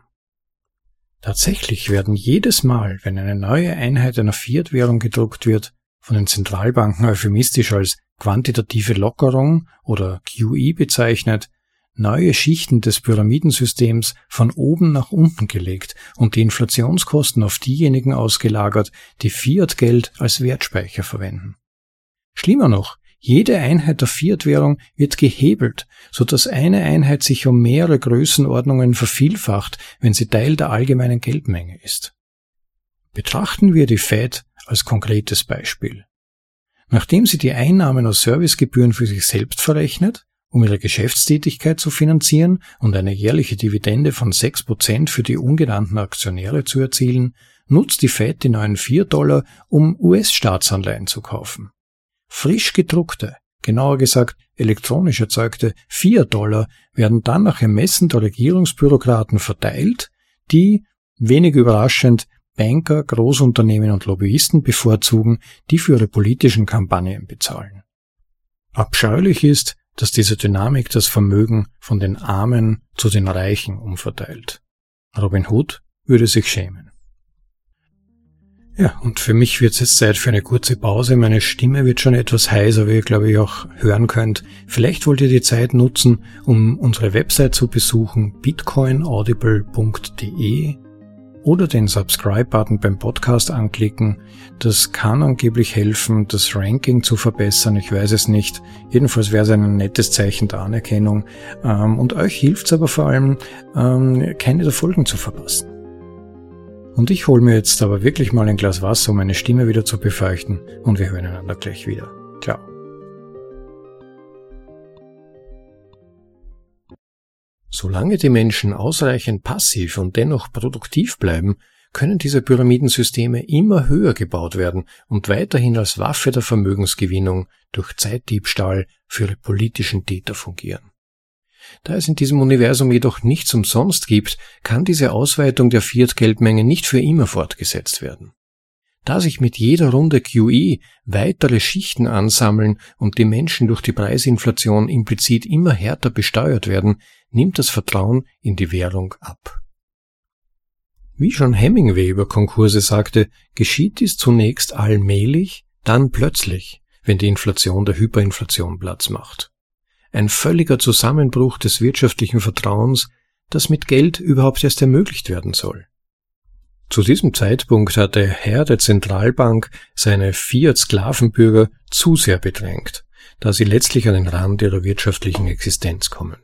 Tatsächlich werden jedes Mal, wenn eine neue Einheit einer Fiat-Währung gedruckt wird, von den Zentralbanken euphemistisch als quantitative Lockerung oder Q E bezeichnet, neue Schichten des Pyramidensystems von oben nach unten gelegt und die Inflationskosten auf diejenigen ausgelagert, die Fiat-Geld als Wertspeicher verwenden. Schlimmer noch, jede Einheit der Fiat-Währung wird gehebelt, sodass eine Einheit sich um mehrere Größenordnungen vervielfacht, wenn sie Teil der allgemeinen Geldmenge ist. Betrachten wir die Fed als konkretes Beispiel. Nachdem sie die Einnahmen aus Servicegebühren für sich selbst verrechnet, um ihre Geschäftstätigkeit zu finanzieren und eine jährliche Dividende von sechs Prozent für die ungenannten Aktionäre zu erzielen, nutzt die Fed die neuen Fiat-Dollar, um U S-Staatsanleihen zu kaufen. Frisch gedruckte, genauer gesagt elektronisch erzeugte Fiat-Dollar werden dann nach Ermessen der Regierungsbürokraten verteilt, die, wenig überraschend, Banker, Großunternehmen und Lobbyisten bevorzugen, die für ihre politischen Kampagnen bezahlen. Abscheulich ist, dass diese Dynamik das Vermögen von den Armen zu den Reichen umverteilt. Robin Hood würde sich schämen. Ja, und für mich wird es jetzt Zeit für eine kurze Pause. Meine Stimme wird schon etwas heiser, wie ihr, glaube ich, auch hören könnt. Vielleicht wollt ihr die Zeit nutzen, um unsere Website zu besuchen, bitcoinaudible punkt de, oder den Subscribe-Button beim Podcast anklicken. Das kann angeblich helfen, das Ranking zu verbessern, ich weiß es nicht. Jedenfalls wäre es ein nettes Zeichen der Anerkennung. Ähm, und euch hilft es aber vor allem, ähm, keine der Folgen zu verpassen. Und ich hole mir jetzt aber wirklich mal ein Glas Wasser, um meine Stimme wieder zu befeuchten, und wir hören einander gleich wieder. Ciao. Solange die Menschen ausreichend passiv und dennoch produktiv bleiben, können diese Pyramidensysteme immer höher gebaut werden und weiterhin als Waffe der Vermögensgewinnung durch Zeitdiebstahl für ihre politischen Täter fungieren. Da es in diesem Universum jedoch nichts umsonst gibt, kann diese Ausweitung der Fiat-Geldmenge nicht für immer fortgesetzt werden. Da sich mit jeder Runde Q E weitere Schichten ansammeln und die Menschen durch die Preisinflation implizit immer härter besteuert werden, nimmt das Vertrauen in die Währung ab. Wie schon Hemingway über Konkurse sagte, geschieht dies zunächst allmählich, dann plötzlich, wenn die Inflation der Hyperinflation Platz macht. Ein völliger Zusammenbruch des wirtschaftlichen Vertrauens, das mit Geld überhaupt erst ermöglicht werden soll. Zu diesem Zeitpunkt hat der Herr der Zentralbank seine Fiat-Sklavenbürger zu sehr bedrängt, da sie letztlich an den Rand ihrer wirtschaftlichen Existenz kommen.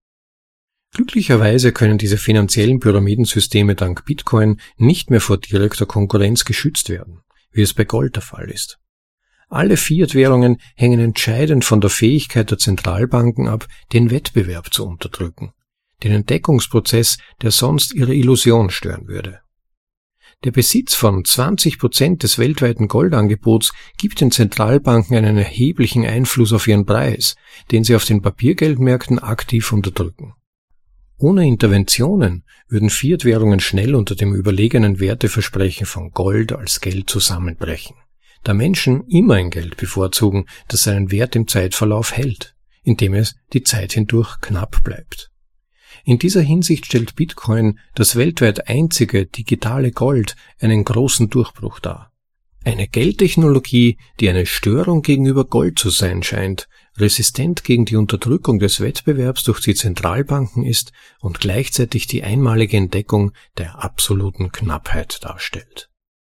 Glücklicherweise können diese finanziellen Pyramidensysteme dank Bitcoin nicht mehr vor direkter Konkurrenz geschützt werden, wie es bei Gold der Fall ist. Alle Fiat-Währungen hängen entscheidend von der Fähigkeit der Zentralbanken ab, den Wettbewerb zu unterdrücken, den Entdeckungsprozess, der sonst ihre Illusion stören würde. Der Besitz von zwanzig Prozent des weltweiten Goldangebots gibt den Zentralbanken einen erheblichen Einfluss auf ihren Preis, den sie auf den Papiergeldmärkten aktiv unterdrücken. Ohne Interventionen würden Fiat-Währungen schnell unter dem überlegenen Werteversprechen von Gold als Geld zusammenbrechen, da Menschen immer ein Geld bevorzugen, das seinen Wert im Zeitverlauf hält, indem es die Zeit hindurch knapp bleibt. In dieser Hinsicht stellt Bitcoin, das weltweit einzige digitale Gold, einen großen Durchbruch dar. Eine Geldtechnologie, die eine Störung gegenüber Gold zu sein scheint, resistent gegen die Unterdrückung des Wettbewerbs durch die Zentralbanken ist und gleichzeitig die einmalige Entdeckung der absoluten Knappheit darstellt.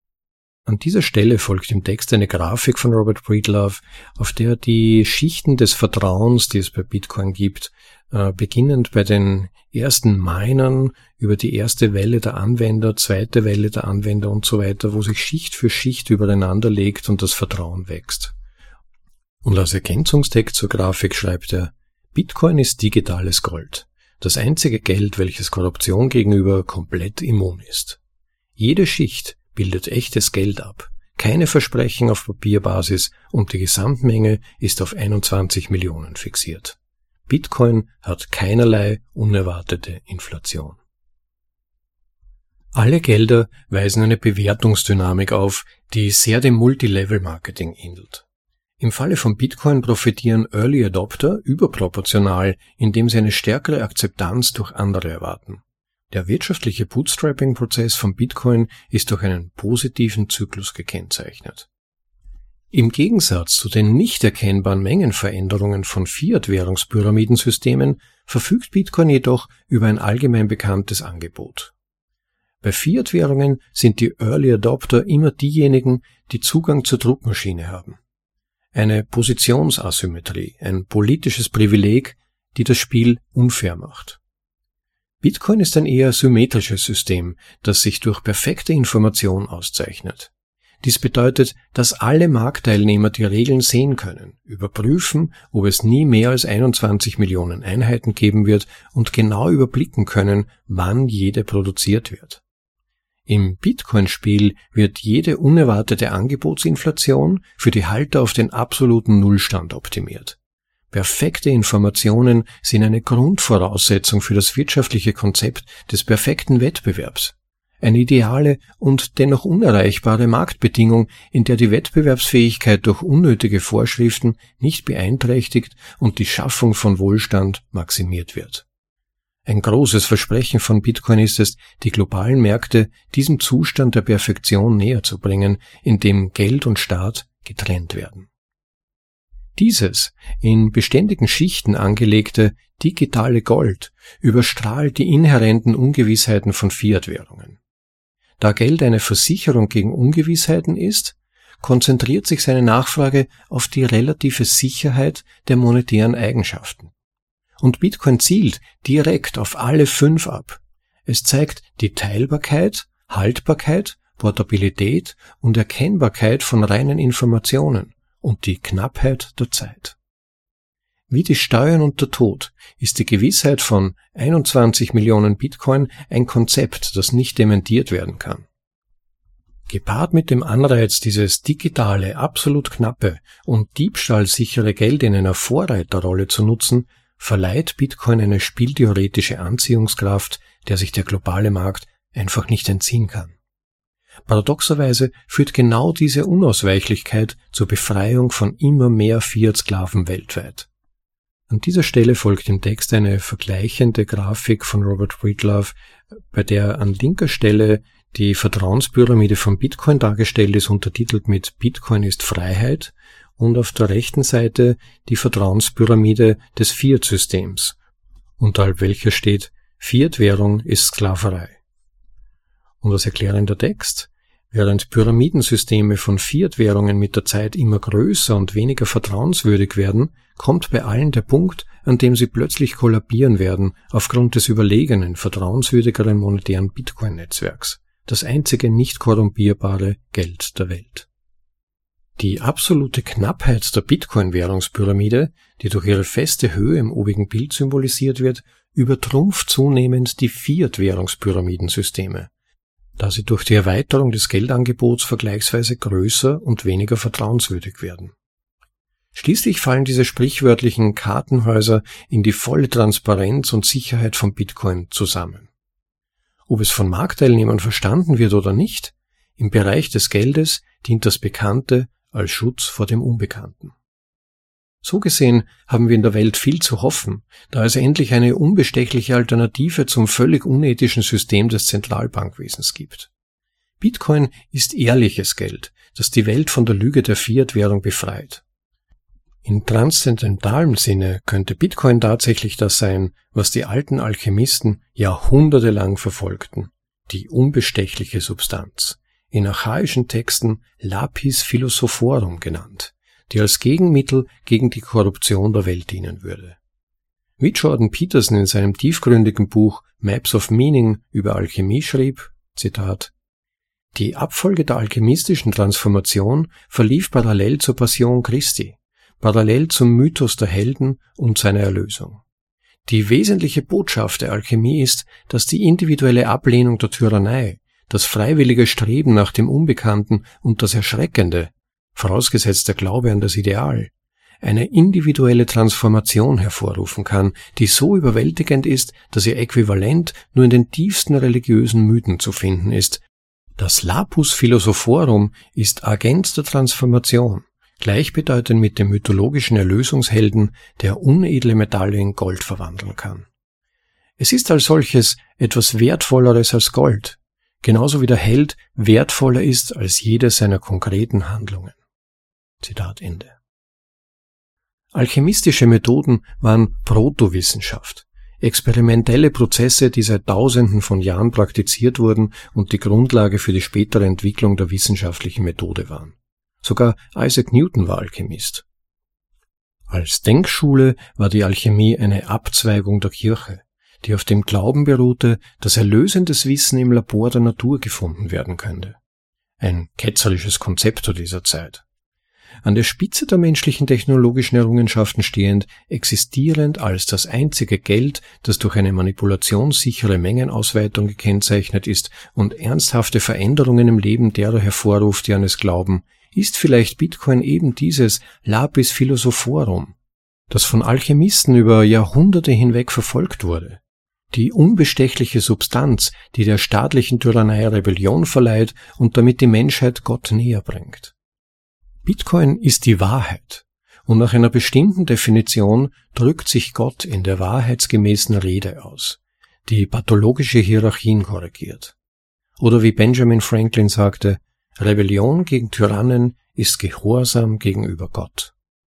An dieser Stelle folgt im Text eine Grafik von Robert Breedlove, auf der die Schichten des Vertrauens, die es bei Bitcoin gibt, äh, beginnend bei den ersten Minern über die erste Welle der Anwender, zweite Welle der Anwender und so weiter, wo sich Schicht für Schicht übereinander legt und das Vertrauen wächst. Und als Ergänzungstext zur Grafik schreibt er: Bitcoin ist digitales Gold, das einzige Geld, welches Korruption gegenüber komplett immun ist. Jede Schicht bildet echtes Geld ab, keine Versprechen auf Papierbasis und die Gesamtmenge ist auf einundzwanzig Millionen fixiert. Bitcoin hat keinerlei unerwartete Inflation. Alle Gelder weisen eine Bewertungsdynamik auf, die sehr dem Multilevel-Marketing ähnelt. Im Falle von Bitcoin profitieren Early Adopter überproportional, indem sie eine stärkere Akzeptanz durch andere erwarten. Der wirtschaftliche Bootstrapping-Prozess von Bitcoin ist durch einen positiven Zyklus gekennzeichnet. Im Gegensatz zu den nicht erkennbaren Mengenveränderungen von Fiat-Währungspyramidensystemen verfügt Bitcoin jedoch über ein allgemein bekanntes Angebot. Bei Fiat-Währungen sind die Early Adopter immer diejenigen, die Zugang zur Druckmaschine haben. Eine Positionsasymmetrie, ein politisches Privileg, die das Spiel unfair macht. Bitcoin ist ein eher symmetrisches System, das sich durch perfekte Information auszeichnet. Dies bedeutet, dass alle Marktteilnehmer die Regeln sehen können, überprüfen, ob es nie mehr als einundzwanzig Millionen Einheiten geben wird und genau überblicken können, wann jede produziert wird. Im Bitcoin-Spiel wird jede unerwartete Angebotsinflation für die Halter auf den absoluten Nullstand optimiert. Perfekte Informationen sind eine Grundvoraussetzung für das wirtschaftliche Konzept des perfekten Wettbewerbs. Eine ideale und dennoch unerreichbare Marktbedingung, in der die Wettbewerbsfähigkeit durch unnötige Vorschriften nicht beeinträchtigt und die Schaffung von Wohlstand maximiert wird. Ein großes Versprechen von Bitcoin ist es, die globalen Märkte diesem Zustand der Perfektion näher zu bringen, in dem Geld und Staat getrennt werden. Dieses in beständigen Schichten angelegte digitale Gold überstrahlt die inhärenten Ungewissheiten von Fiat-Währungen. da Geld eine Versicherung gegen Ungewissheiten ist, konzentriert sich seine Nachfrage auf die relative Sicherheit der monetären Eigenschaften. Und Bitcoin zielt direkt auf alle fünf ab. Es zeigt die Teilbarkeit, Haltbarkeit, Portabilität und Erkennbarkeit von reinen Informationen und die Knappheit der Zeit. Wie die Steuern und der Tod ist die Gewissheit von einundzwanzig Millionen Bitcoin ein Konzept, das nicht dementiert werden kann. Gepaart mit dem Anreiz, dieses digitale, absolut knappe und diebstahlsichere Geld in einer Vorreiterrolle zu nutzen, verleiht Bitcoin eine spieltheoretische Anziehungskraft, der sich der globale Markt einfach nicht entziehen kann. Paradoxerweise führt genau diese Unausweichlichkeit zur Befreiung von immer mehr Fiat-Sklaven weltweit. An dieser Stelle folgt im Text eine vergleichende Grafik von Robert Breedlove, bei der an linker Stelle die Vertrauenspyramide von Bitcoin dargestellt ist, untertitelt mit Bitcoin ist Freiheit, und auf der rechten Seite die Vertrauenspyramide des Fiat-Systems, unterhalb welcher steht Fiat-Währung ist Sklaverei. Und als erklärender Text: Während Pyramidensysteme von Fiat-Währungen mit der Zeit immer größer und weniger vertrauenswürdig werden, kommt bei allen der Punkt, an dem sie plötzlich kollabieren werden aufgrund des überlegenen, vertrauenswürdigeren monetären Bitcoin-Netzwerks, das einzige nicht korrumpierbare Geld der Welt. Die absolute Knappheit der Bitcoin-Währungspyramide, die durch ihre feste Höhe im obigen Bild symbolisiert wird, übertrumpft zunehmend die Fiat-Währungspyramidensysteme, da sie durch die Erweiterung des Geldangebots vergleichsweise größer und weniger vertrauenswürdig werden. Schließlich fallen diese sprichwörtlichen Kartenhäuser in die volle Transparenz und Sicherheit von Bitcoin zusammen. Ob es von Marktteilnehmern verstanden wird oder nicht, im Bereich des Geldes dient das Bekannte als Schutz vor dem Unbekannten. So gesehen haben wir in der Welt viel zu hoffen, da es endlich eine unbestechliche Alternative zum völlig unethischen System des Zentralbankwesens gibt. Bitcoin ist ehrliches Geld, das die Welt von der Lüge der Fiat-Währung befreit. In transzendentalem Sinne könnte Bitcoin tatsächlich das sein, was die alten Alchemisten jahrhundertelang verfolgten: die unbestechliche Substanz, in archaischen Texten Lapis Philosophorum genannt, die als Gegenmittel gegen die Korruption der Welt dienen würde. Wie Jordan Peterson in seinem tiefgründigen Buch Maps of Meaning über Alchemie schrieb, Zitat: Die Abfolge der alchemistischen Transformation verlief parallel zur Passion Christi, parallel zum Mythos der Helden und seiner Erlösung. Die wesentliche Botschaft der Alchemie ist, dass die individuelle Ablehnung der Tyrannei, das freiwillige Streben nach dem Unbekannten und das Erschreckende, vorausgesetzt der Glaube an das Ideal, eine individuelle Transformation hervorrufen kann, die so überwältigend ist, dass ihr Äquivalent nur in den tiefsten religiösen Mythen zu finden ist. Das Lapus Philosophorum ist Agent der Transformation, gleichbedeutend mit dem mythologischen Erlösungshelden, der unedle Metalle in Gold verwandeln kann. Es ist als solches etwas Wertvolleres als Gold, genauso wie der Held wertvoller ist als jede seiner konkreten Handlungen. Zitat Ende. Alchemistische Methoden waren Protowissenschaft, experimentelle Prozesse, die seit Tausenden von Jahren praktiziert wurden und die Grundlage für die spätere Entwicklung der wissenschaftlichen Methode waren. Sogar Isaac Newton war Alchemist. Als Denkschule war die Alchemie eine Abzweigung der Kirche, die auf dem Glauben beruhte, dass erlösendes Wissen im Labor der Natur gefunden werden könnte. Ein ketzerisches Konzept zu dieser Zeit. An der Spitze der menschlichen technologischen Errungenschaften stehend, existierend als das einzige Geld, das durch eine manipulationssichere Mengenausweitung gekennzeichnet ist und ernsthafte Veränderungen im Leben derer hervorruft, die an es glauben, ist vielleicht Bitcoin eben dieses Lapis Philosophorum, das von Alchemisten über Jahrhunderte hinweg verfolgt wurde. Die unbestechliche Substanz, die der staatlichen Tyrannei Rebellion verleiht und damit die Menschheit Gott näher bringt. Bitcoin ist die Wahrheit, und nach einer bestimmten Definition drückt sich Gott in der wahrheitsgemäßen Rede aus, die pathologische Hierarchien korrigiert. Oder wie Benjamin Franklin sagte, Rebellion gegen Tyrannen ist Gehorsam gegenüber Gott.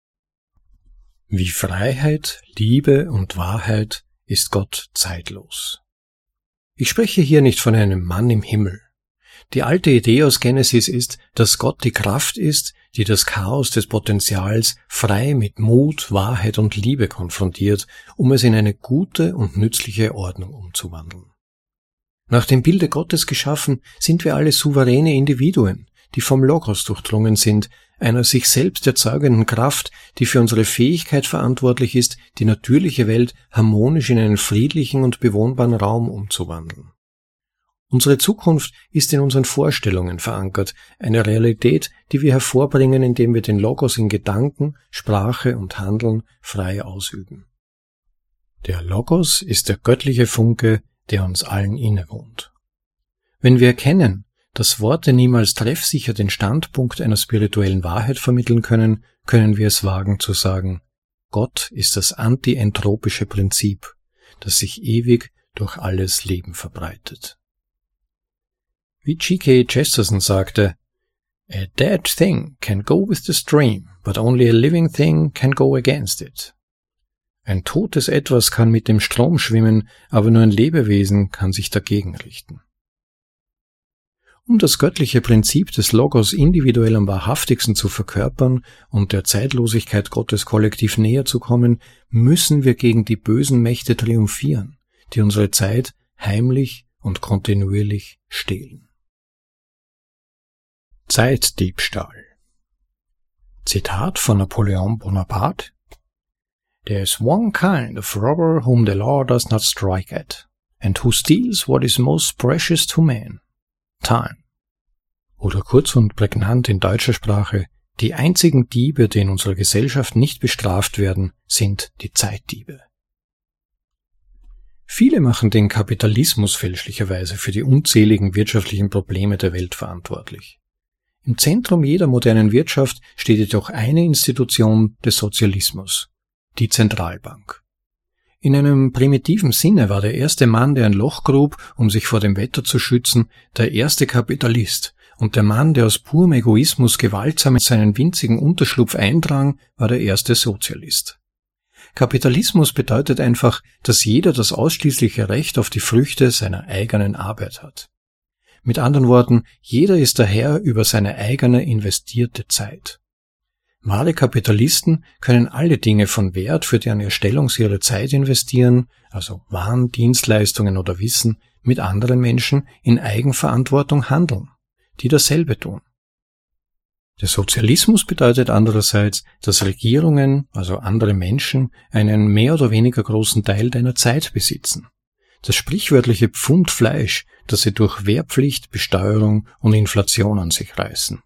Wie Freiheit, Liebe und Wahrheit ist Gott zeitlos. Ich spreche hier nicht von einem Mann im Himmel. Die alte Idee aus Genesis ist, dass Gott die Kraft ist, die das Chaos des Potenzials frei mit Mut, Wahrheit und Liebe konfrontiert, um es in eine gute und nützliche Ordnung umzuwandeln. Nach dem Bilde Gottes geschaffen sind wir alle souveräne Individuen, die vom Logos durchdrungen sind, einer sich selbst erzeugenden Kraft, die für unsere Fähigkeit verantwortlich ist, die natürliche Welt harmonisch in einen friedlichen und bewohnbaren Raum umzuwandeln. Unsere Zukunft ist in unseren Vorstellungen verankert, eine Realität, die wir hervorbringen, indem wir den Logos in Gedanken, Sprache und Handeln frei ausüben. Der Logos ist der göttliche Funke, der uns allen innewohnt. Wenn wir erkennen, dass Worte niemals treffsicher den Standpunkt einer spirituellen Wahrheit vermitteln können, können wir es wagen zu sagen, Gott ist das antientropische Prinzip, das sich ewig durch alles Leben verbreitet. Wie G K Chesterton sagte, "A dead thing can go with the stream, but only a living thing can go against it." Ein totes Etwas kann mit dem Strom schwimmen, aber nur ein Lebewesen kann sich dagegen richten. Um das göttliche Prinzip des Logos individuell am wahrhaftigsten zu verkörpern und der Zeitlosigkeit Gottes kollektiv näher zu kommen, müssen wir gegen die bösen Mächte triumphieren, die unsere Zeit heimlich und kontinuierlich stehlen. Zeitdiebstahl. Zitat von Napoleon Bonaparte: "There is one kind of robber whom the law does not strike at, and who steals what is most precious to man, time." Oder kurz und prägnant in deutscher Sprache: Die einzigen Diebe, die in unserer Gesellschaft nicht bestraft werden, sind die Zeitdiebe. Viele machen den Kapitalismus fälschlicherweise für die unzähligen wirtschaftlichen Probleme der Welt verantwortlich. Im Zentrum jeder modernen Wirtschaft steht jedoch eine Institution des Sozialismus, die Zentralbank. In einem primitiven Sinne war der erste Mann, der ein Loch grub, um sich vor dem Wetter zu schützen, der erste Kapitalist, und der Mann, der aus purem Egoismus gewaltsam in seinen winzigen Unterschlupf eindrang, war der erste Sozialist. Kapitalismus bedeutet einfach, dass jeder das ausschließliche Recht auf die Früchte seiner eigenen Arbeit hat. Mit anderen Worten, jeder ist der Herr über seine eigene investierte Zeit. Wahre Kapitalisten können alle Dinge von Wert, für deren Erstellung sie ihre Zeit investieren, also Waren, Dienstleistungen oder Wissen, mit anderen Menschen in Eigenverantwortung handeln, die dasselbe tun. Der Sozialismus bedeutet andererseits, dass Regierungen, also andere Menschen, einen mehr oder weniger großen Teil deiner Zeit besitzen. Das sprichwörtliche Pfund Fleisch, das sie durch Wehrpflicht, Besteuerung und Inflation an sich reißen.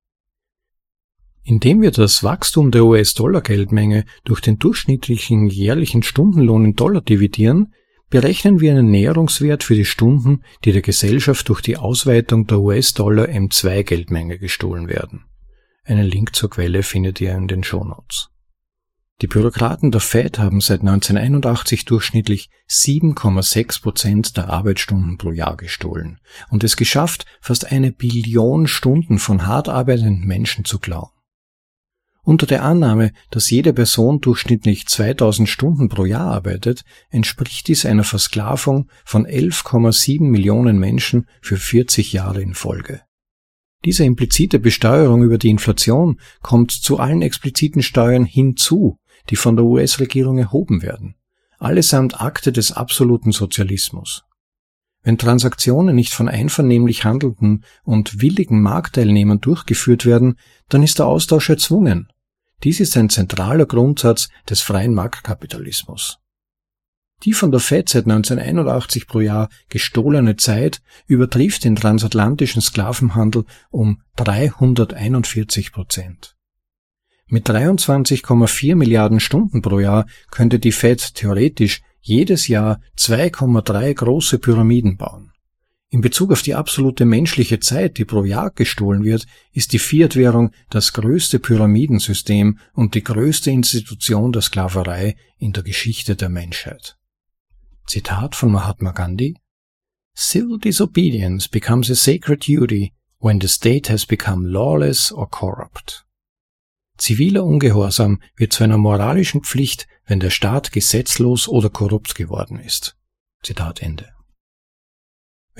Indem wir das Wachstum der U S-Dollar-Geldmenge durch den durchschnittlichen jährlichen Stundenlohn in Dollar dividieren, berechnen wir einen Näherungswert für die Stunden, die der Gesellschaft durch die Ausweitung der U S-Dollar M zwei Geldmenge gestohlen werden. Einen Link zur Quelle findet ihr in den Shownotes. Die Bürokraten der Fed haben seit neunzehnhunderteinundachtzig durchschnittlich sieben Komma sechs Prozent der Arbeitsstunden pro Jahr gestohlen und es geschafft, fast eine Billion Stunden von hart arbeitenden Menschen zu klauen. Unter der Annahme, dass jede Person durchschnittlich zweitausend Stunden pro Jahr arbeitet, entspricht dies einer Versklavung von elf Komma sieben Millionen Menschen für vierzig Jahre in Folge. Diese implizite Besteuerung über die Inflation kommt zu allen expliziten Steuern hinzu, die von der U S-Regierung erhoben werden, allesamt Akte des absoluten Sozialismus. Wenn Transaktionen nicht von einvernehmlich handelnden und willigen Marktteilnehmern durchgeführt werden, dann ist der Austausch erzwungen. Dies ist ein zentraler Grundsatz des freien Marktkapitalismus. Die von der Fed seit neunzehnhunderteinundachtzig pro Jahr gestohlene Zeit übertrifft den transatlantischen Sklavenhandel um dreihunderteinundvierzig Prozent. Mit dreiundzwanzig Komma vier Milliarden Stunden pro Jahr könnte die Fed theoretisch jedes Jahr zwei Komma drei große Pyramiden bauen. In Bezug auf die absolute menschliche Zeit, die pro Jahr gestohlen wird, ist die Fiat-Währung das größte Pyramidensystem und die größte Institution der Sklaverei in der Geschichte der Menschheit. Zitat von Mahatma Gandhi: "Civil disobedience becomes a sacred duty when the state has become lawless or corrupt." Ziviler Ungehorsam wird zu einer moralischen Pflicht, wenn der Staat gesetzlos oder korrupt geworden ist. Zitat Ende.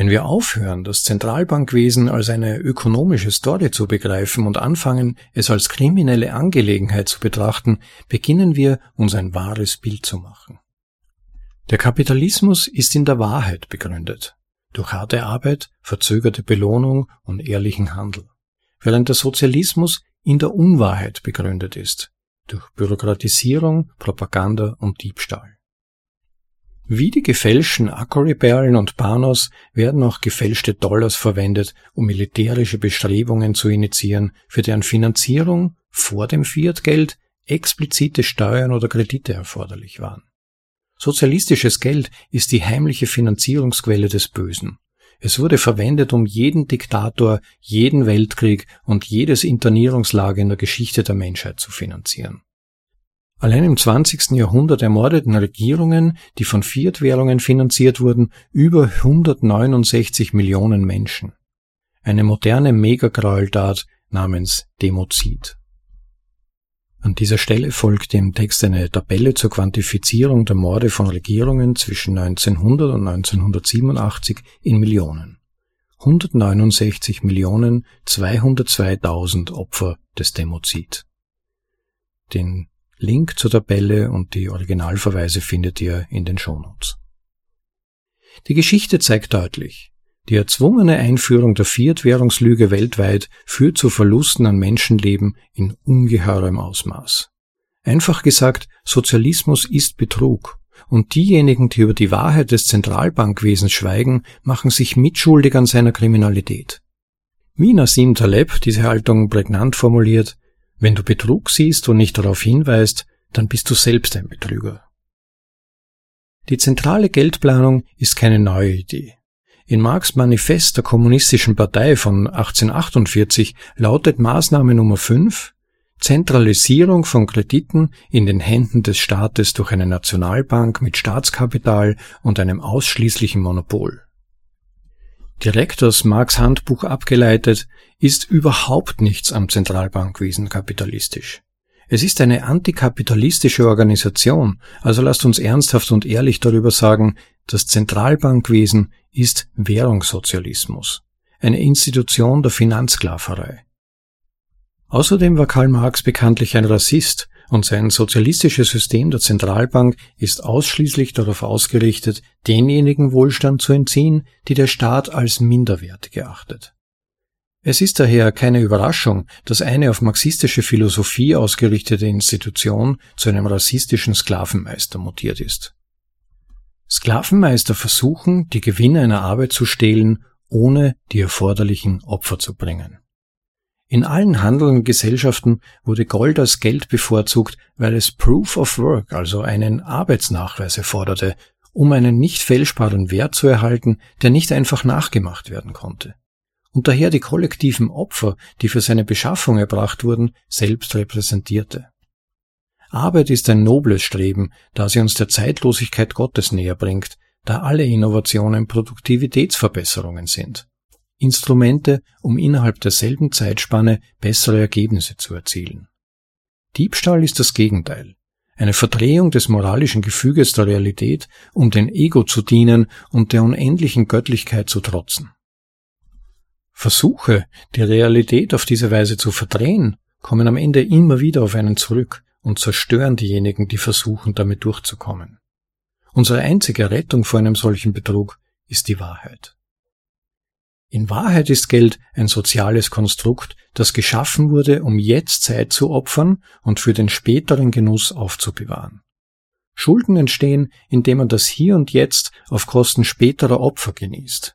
Wenn wir aufhören, das Zentralbankwesen als eine ökonomische Story zu begreifen und anfangen, es als kriminelle Angelegenheit zu betrachten, beginnen wir, uns ein wahres Bild zu machen. Der Kapitalismus ist in der Wahrheit begründet, durch harte Arbeit, verzögerte Belohnung und ehrlichen Handel, während der Sozialismus in der Unwahrheit begründet ist, durch Bürokratisierung, Propaganda und Diebstahl. Wie die gefälschten Acoribellen und Panos werden auch gefälschte Dollars verwendet, um militärische Bestrebungen zu initiieren, für deren Finanzierung vor dem Fiat-Geld explizite Steuern oder Kredite erforderlich waren. Sozialistisches Geld ist die heimliche Finanzierungsquelle des Bösen. Es wurde verwendet, um jeden Diktator, jeden Weltkrieg und jedes Internierungslager in der Geschichte der Menschheit zu finanzieren. Allein im zwanzigsten Jahrhundert ermordeten Regierungen, die von Fiat-Währungen finanziert wurden, über hundertneunundsechzig Millionen Menschen. Eine moderne Megagräueltat namens Demozid. An dieser Stelle folgt im Text eine Tabelle zur Quantifizierung der Morde von Regierungen zwischen neunzehnhundert und neunzehnhundertsiebenundachtzig in Millionen. hundertneunundsechzig Millionen zweihundertzweitausend Opfer des Demozid. Den Link zur Tabelle und die Originalverweise findet ihr in den Shownotes. Die Geschichte zeigt deutlich, die erzwungene Einführung der Fiat-Währungslüge weltweit führt zu Verlusten an Menschenleben in ungeheurem Ausmaß. Einfach gesagt, Sozialismus ist Betrug, und diejenigen, die über die Wahrheit des Zentralbankwesens schweigen, machen sich mitschuldig an seiner Kriminalität. Wie Nassim Taleb diese Haltung prägnant formuliert: Wenn du Betrug siehst und nicht darauf hinweist, dann bist du selbst ein Betrüger. Die zentrale Geldplanung ist keine neue Idee. In Marx' Manifest der Kommunistischen Partei von achtzehnhundertachtundvierzig lautet Maßnahme Nummer fünf: Zentralisierung von Krediten in den Händen des Staates durch eine Nationalbank mit Staatskapital und einem ausschließlichen Monopol. Direkt aus Marx' Handbuch abgeleitet, ist überhaupt nichts am Zentralbankwesen kapitalistisch. Es ist eine antikapitalistische Organisation, also lasst uns ernsthaft und ehrlich darüber sagen, das Zentralbankwesen ist Währungssozialismus, eine Institution der Finanzsklaverei. Außerdem war Karl Marx bekanntlich ein Rassist, und sein sozialistisches System der Zentralbank ist ausschließlich darauf ausgerichtet, denjenigen Wohlstand zu entziehen, die der Staat als minderwertig erachtet. Es ist daher keine Überraschung, dass eine auf marxistische Philosophie ausgerichtete Institution zu einem rassistischen Sklavenmeister mutiert ist. Sklavenmeister versuchen, die Gewinne einer Arbeit zu stehlen, ohne die erforderlichen Opfer zu bringen. In allen handelnden Gesellschaften wurde Gold als Geld bevorzugt, weil es Proof of Work, also einen Arbeitsnachweis erforderte, um einen nicht fälschbaren Wert zu erhalten, der nicht einfach nachgemacht werden konnte. Und daher die kollektiven Opfer, die für seine Beschaffung erbracht wurden, selbst repräsentierte. Arbeit ist ein nobles Streben, da sie uns der Zeitlosigkeit Gottes näher bringt, da alle Innovationen Produktivitätsverbesserungen sind. Instrumente, um innerhalb derselben Zeitspanne bessere Ergebnisse zu erzielen. Diebstahl ist das Gegenteil, eine Verdrehung des moralischen Gefüges der Realität, um dem Ego zu dienen und der unendlichen Göttlichkeit zu trotzen. Versuche, die Realität auf diese Weise zu verdrehen, kommen am Ende immer wieder auf einen zurück und zerstören diejenigen, die versuchen, damit durchzukommen. Unsere einzige Rettung vor einem solchen Betrug ist die Wahrheit. In Wahrheit ist Geld ein soziales Konstrukt, das geschaffen wurde, um jetzt Zeit zu opfern und für den späteren Genuss aufzubewahren. Schulden entstehen, indem man das Hier und Jetzt auf Kosten späterer Opfer genießt.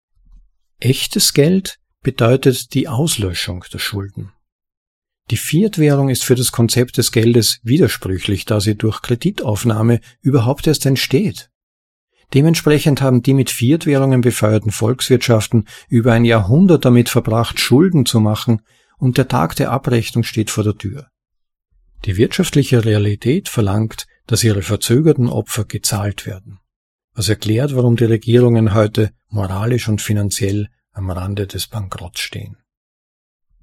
Echtes Geld bedeutet die Auslöschung der Schulden. Die Fiat-Währung ist für das Konzept des Geldes widersprüchlich, da sie durch Kreditaufnahme überhaupt erst entsteht. Dementsprechend haben die mit Fiat-Währungen befeuerten Volkswirtschaften über ein Jahrhundert damit verbracht, Schulden zu machen, und der Tag der Abrechnung steht vor der Tür. Die wirtschaftliche Realität verlangt, dass ihre verzögerten Opfer gezahlt werden, was erklärt, warum die Regierungen heute moralisch und finanziell am Rande des Bankrotts stehen.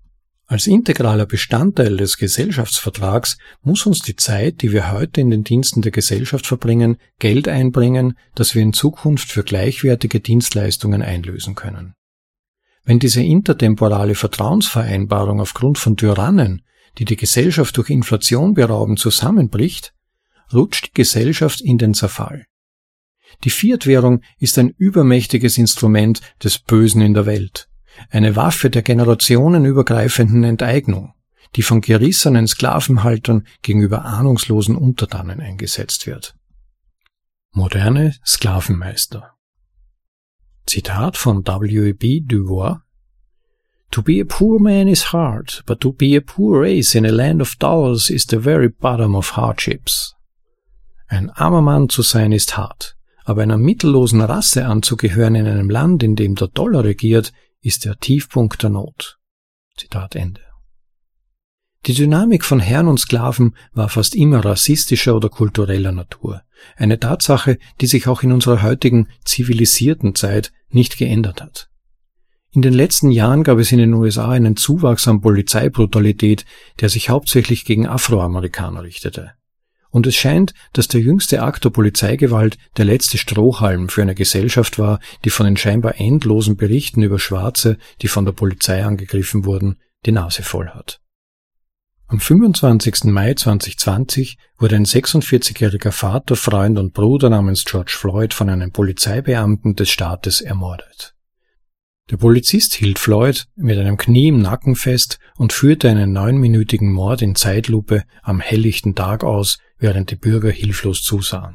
Als integraler Bestandteil des Gesellschaftsvertrags muss uns die Zeit, die wir heute in den Diensten der Gesellschaft verbringen, Geld einbringen, das wir in Zukunft für gleichwertige Dienstleistungen einlösen können. Wenn diese intertemporale Vertrauensvereinbarung aufgrund von Tyrannen, die die Gesellschaft durch Inflation berauben, zusammenbricht, rutscht die Gesellschaft in den Zerfall. Die Fiat-Währung ist ein übermächtiges Instrument des Bösen in der Welt. Eine Waffe der generationenübergreifenden Enteignung, die von gerissenen Sklavenhaltern gegenüber ahnungslosen Untertanen eingesetzt wird. Moderne Sklavenmeister. Zitat von W E B Du Bois: To be a poor man is hard, but to be a poor race in a land of dollars is the very bottom of hardships. Ein armer Mann zu sein ist hart, aber einer mittellosen Rasse anzugehören in einem Land, in dem der Dollar regiert, ist der Tiefpunkt der Not. Zitat Ende. Die Dynamik von Herren und Sklaven war fast immer rassistischer oder kultureller Natur. Eine Tatsache, die sich auch in unserer heutigen zivilisierten Zeit nicht geändert hat. In den letzten Jahren gab es in den U S A einen Zuwachs an Polizeibrutalität, der sich hauptsächlich gegen Afroamerikaner richtete. Und es scheint, dass der jüngste Akt der Polizeigewalt der letzte Strohhalm für eine Gesellschaft war, die von den scheinbar endlosen Berichten über Schwarze, die von der Polizei angegriffen wurden, die Nase voll hat. Am fünfundzwanzigsten Mai zweitausendzwanzig wurde ein sechsundvierzigjähriger Vater, Freund und Bruder namens George Floyd von einem Polizeibeamten des Staates ermordet. Der Polizist hielt Floyd mit einem Knie im Nacken fest und führte einen neunminütigen Mord in Zeitlupe am helllichten Tag aus, während die Bürger hilflos zusahen.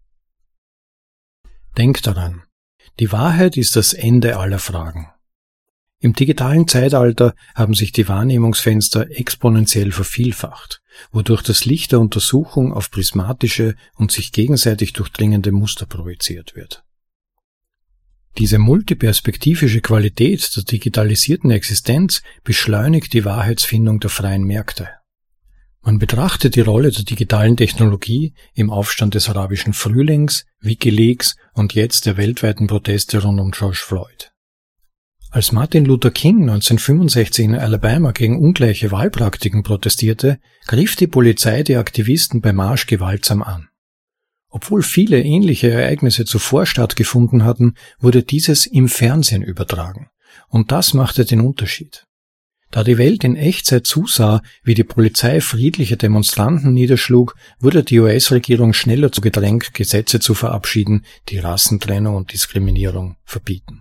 Denk daran, die Wahrheit ist das Ende aller Fragen. Im digitalen Zeitalter haben sich die Wahrnehmungsfenster exponentiell vervielfacht, wodurch das Licht der Untersuchung auf prismatische und sich gegenseitig durchdringende Muster projiziert wird. Diese multiperspektivische Qualität der digitalisierten Existenz beschleunigt die Wahrheitsfindung der freien Märkte. Man betrachtet die Rolle der digitalen Technologie im Aufstand des arabischen Frühlings, WikiLeaks und jetzt der weltweiten Proteste rund um George Floyd. Als Martin Luther King neunzehnhundertfünfundsechzig in Alabama gegen ungleiche Wahlpraktiken protestierte, griff die Polizei die Aktivisten beim Marsch gewaltsam an. Obwohl viele ähnliche Ereignisse zuvor stattgefunden hatten, wurde dieses im Fernsehen übertragen. Und das machte den Unterschied. Da die Welt in Echtzeit zusah, wie die Polizei friedliche Demonstranten niederschlug, wurde die U S-Regierung schneller dazu gedrängt, Gesetze zu verabschieden, die Rassentrennung und Diskriminierung verbieten.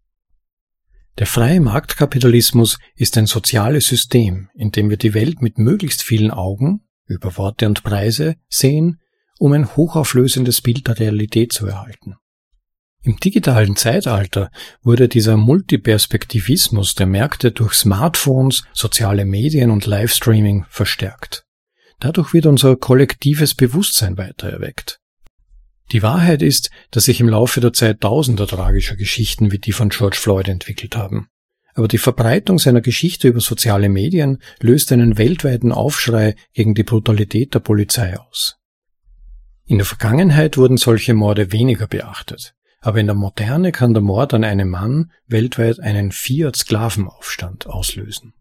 Der freie Marktkapitalismus ist ein soziales System, in dem wir die Welt mit möglichst vielen Augen, über Worte und Preise, sehen, um ein hochauflösendes Bild der Realität zu erhalten. Im digitalen Zeitalter wurde dieser Multiperspektivismus der Märkte durch Smartphones, soziale Medien und Livestreaming verstärkt. Dadurch wird unser kollektives Bewusstsein weiter erweckt. Die Wahrheit ist, dass sich im Laufe der Zeit tausende tragischer Geschichten wie die von George Floyd entwickelt haben. Aber die Verbreitung seiner Geschichte über soziale Medien löst einen weltweiten Aufschrei gegen die Brutalität der Polizei aus. In der Vergangenheit wurden solche Morde weniger beachtet, aber in der Moderne kann der Mord an einem Mann weltweit einen Fiat-Sklavenaufstand auslösen.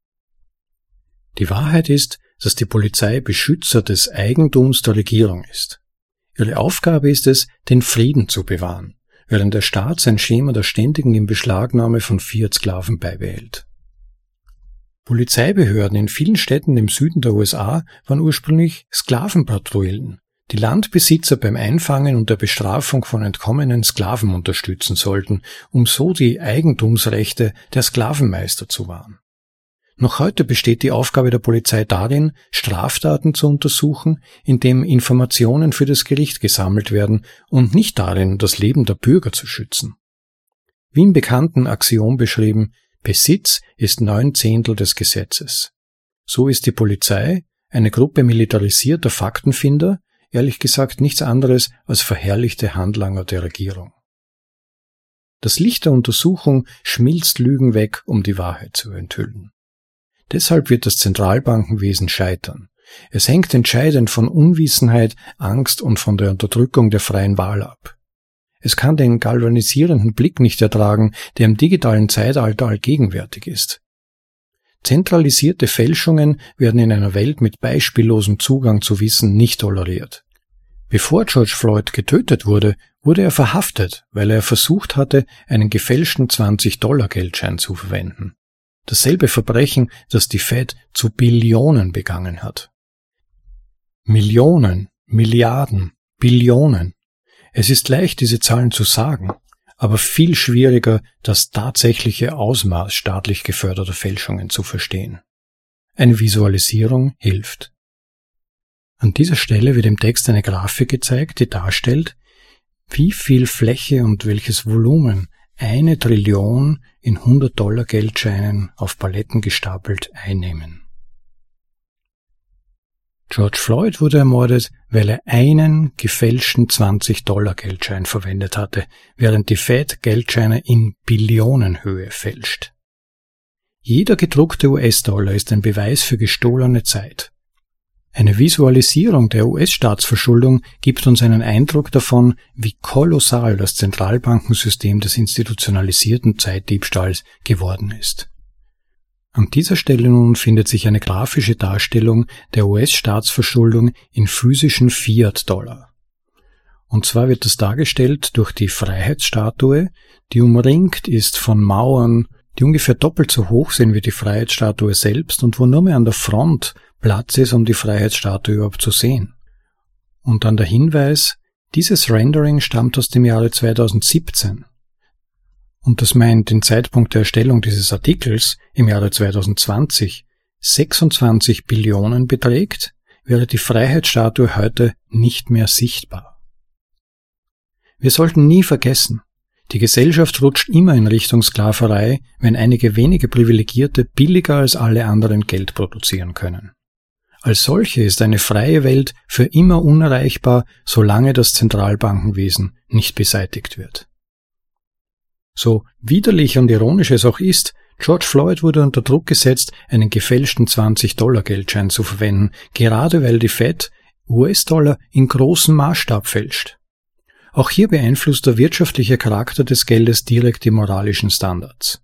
Die Wahrheit ist, dass die Polizei Beschützer des Eigentums der Regierung ist. Ihre Aufgabe ist es, den Frieden zu bewahren, während der Staat sein Schema der ständigen Inbeschlagnahme von Fiat-Sklaven beibehält. Polizeibehörden in vielen Städten im Süden der U S A waren ursprünglich Sklavenpatrouillen, die Landbesitzer beim Einfangen und der Bestrafung von entkommenen Sklaven unterstützen sollten, um so die Eigentumsrechte der Sklavenmeister zu wahren. Noch heute besteht die Aufgabe der Polizei darin, Straftaten zu untersuchen, indem Informationen für das Gericht gesammelt werden und nicht darin, das Leben der Bürger zu schützen. Wie im bekannten Axiom beschrieben, Besitz ist neun Zehntel des Gesetzes. So ist die Polizei, eine Gruppe militarisierter Faktenfinder, ehrlich gesagt nichts anderes als verherrlichte Handlanger der Regierung. Das Licht der Untersuchung schmilzt Lügen weg, um die Wahrheit zu enthüllen. Deshalb wird das Zentralbankenwesen scheitern. Es hängt entscheidend von Unwissenheit, Angst und von der Unterdrückung der freien Wahl ab. Es kann den galvanisierenden Blick nicht ertragen, der im digitalen Zeitalter allgegenwärtig ist. Zentralisierte Fälschungen werden in einer Welt mit beispiellosem Zugang zu Wissen nicht toleriert. Bevor George Floyd getötet wurde, wurde er verhaftet, weil er versucht hatte, einen gefälschten zwanzig-Dollar-Geldschein zu verwenden. Dasselbe Verbrechen, das die Fed zu Billionen begangen hat. Millionen, Milliarden, Billionen. Es ist leicht, diese Zahlen zu sagen, aber viel schwieriger, das tatsächliche Ausmaß staatlich geförderter Fälschungen zu verstehen. Eine Visualisierung hilft. An dieser Stelle wird im Text eine Grafik gezeigt, die darstellt, wie viel Fläche und welches Volumen eine Trillion in hundert-Dollar-Geldscheinen auf Paletten gestapelt einnehmen. George Floyd wurde ermordet, weil er einen gefälschten zwanzig-Dollar-Geldschein verwendet hatte, während die Fed Geldscheine in Billionenhöhe fälscht. Jeder gedruckte U S-Dollar ist ein Beweis für gestohlene Zeit. Eine Visualisierung der U S-Staatsverschuldung gibt uns einen Eindruck davon, wie kolossal das Zentralbankensystem des institutionalisierten Zeitdiebstahls geworden ist. An dieser Stelle nun findet sich eine grafische Darstellung der U S-Staatsverschuldung in physischen Fiat-Dollar. Und zwar wird das dargestellt durch die Freiheitsstatue, die umringt ist von Mauern, die ungefähr doppelt so hoch sind wie die Freiheitsstatue selbst und wo nur mehr an der Front Platz ist, um die Freiheitsstatue überhaupt zu sehen. Und dann der Hinweis, dieses Rendering stammt aus dem Jahre zweitausendsiebzehn. Und das meint den Zeitpunkt der Erstellung dieses Artikels im Jahre zweitausendzwanzig sechsundzwanzig Billionen beträgt, wäre die Freiheitsstatue heute nicht mehr sichtbar. Wir sollten nie vergessen, die Gesellschaft rutscht immer in Richtung Sklaverei, wenn einige wenige Privilegierte billiger als alle anderen Geld produzieren können. Als solche ist eine freie Welt für immer unerreichbar, solange das Zentralbankenwesen nicht beseitigt wird. So widerlich und ironisch es auch ist, George Floyd wurde unter Druck gesetzt, einen gefälschten zwanzig-Dollar-Geldschein zu verwenden, gerade weil die Fed U S-Dollar in großem Maßstab fälscht. Auch hier beeinflusst der wirtschaftliche Charakter des Geldes direkt die moralischen Standards.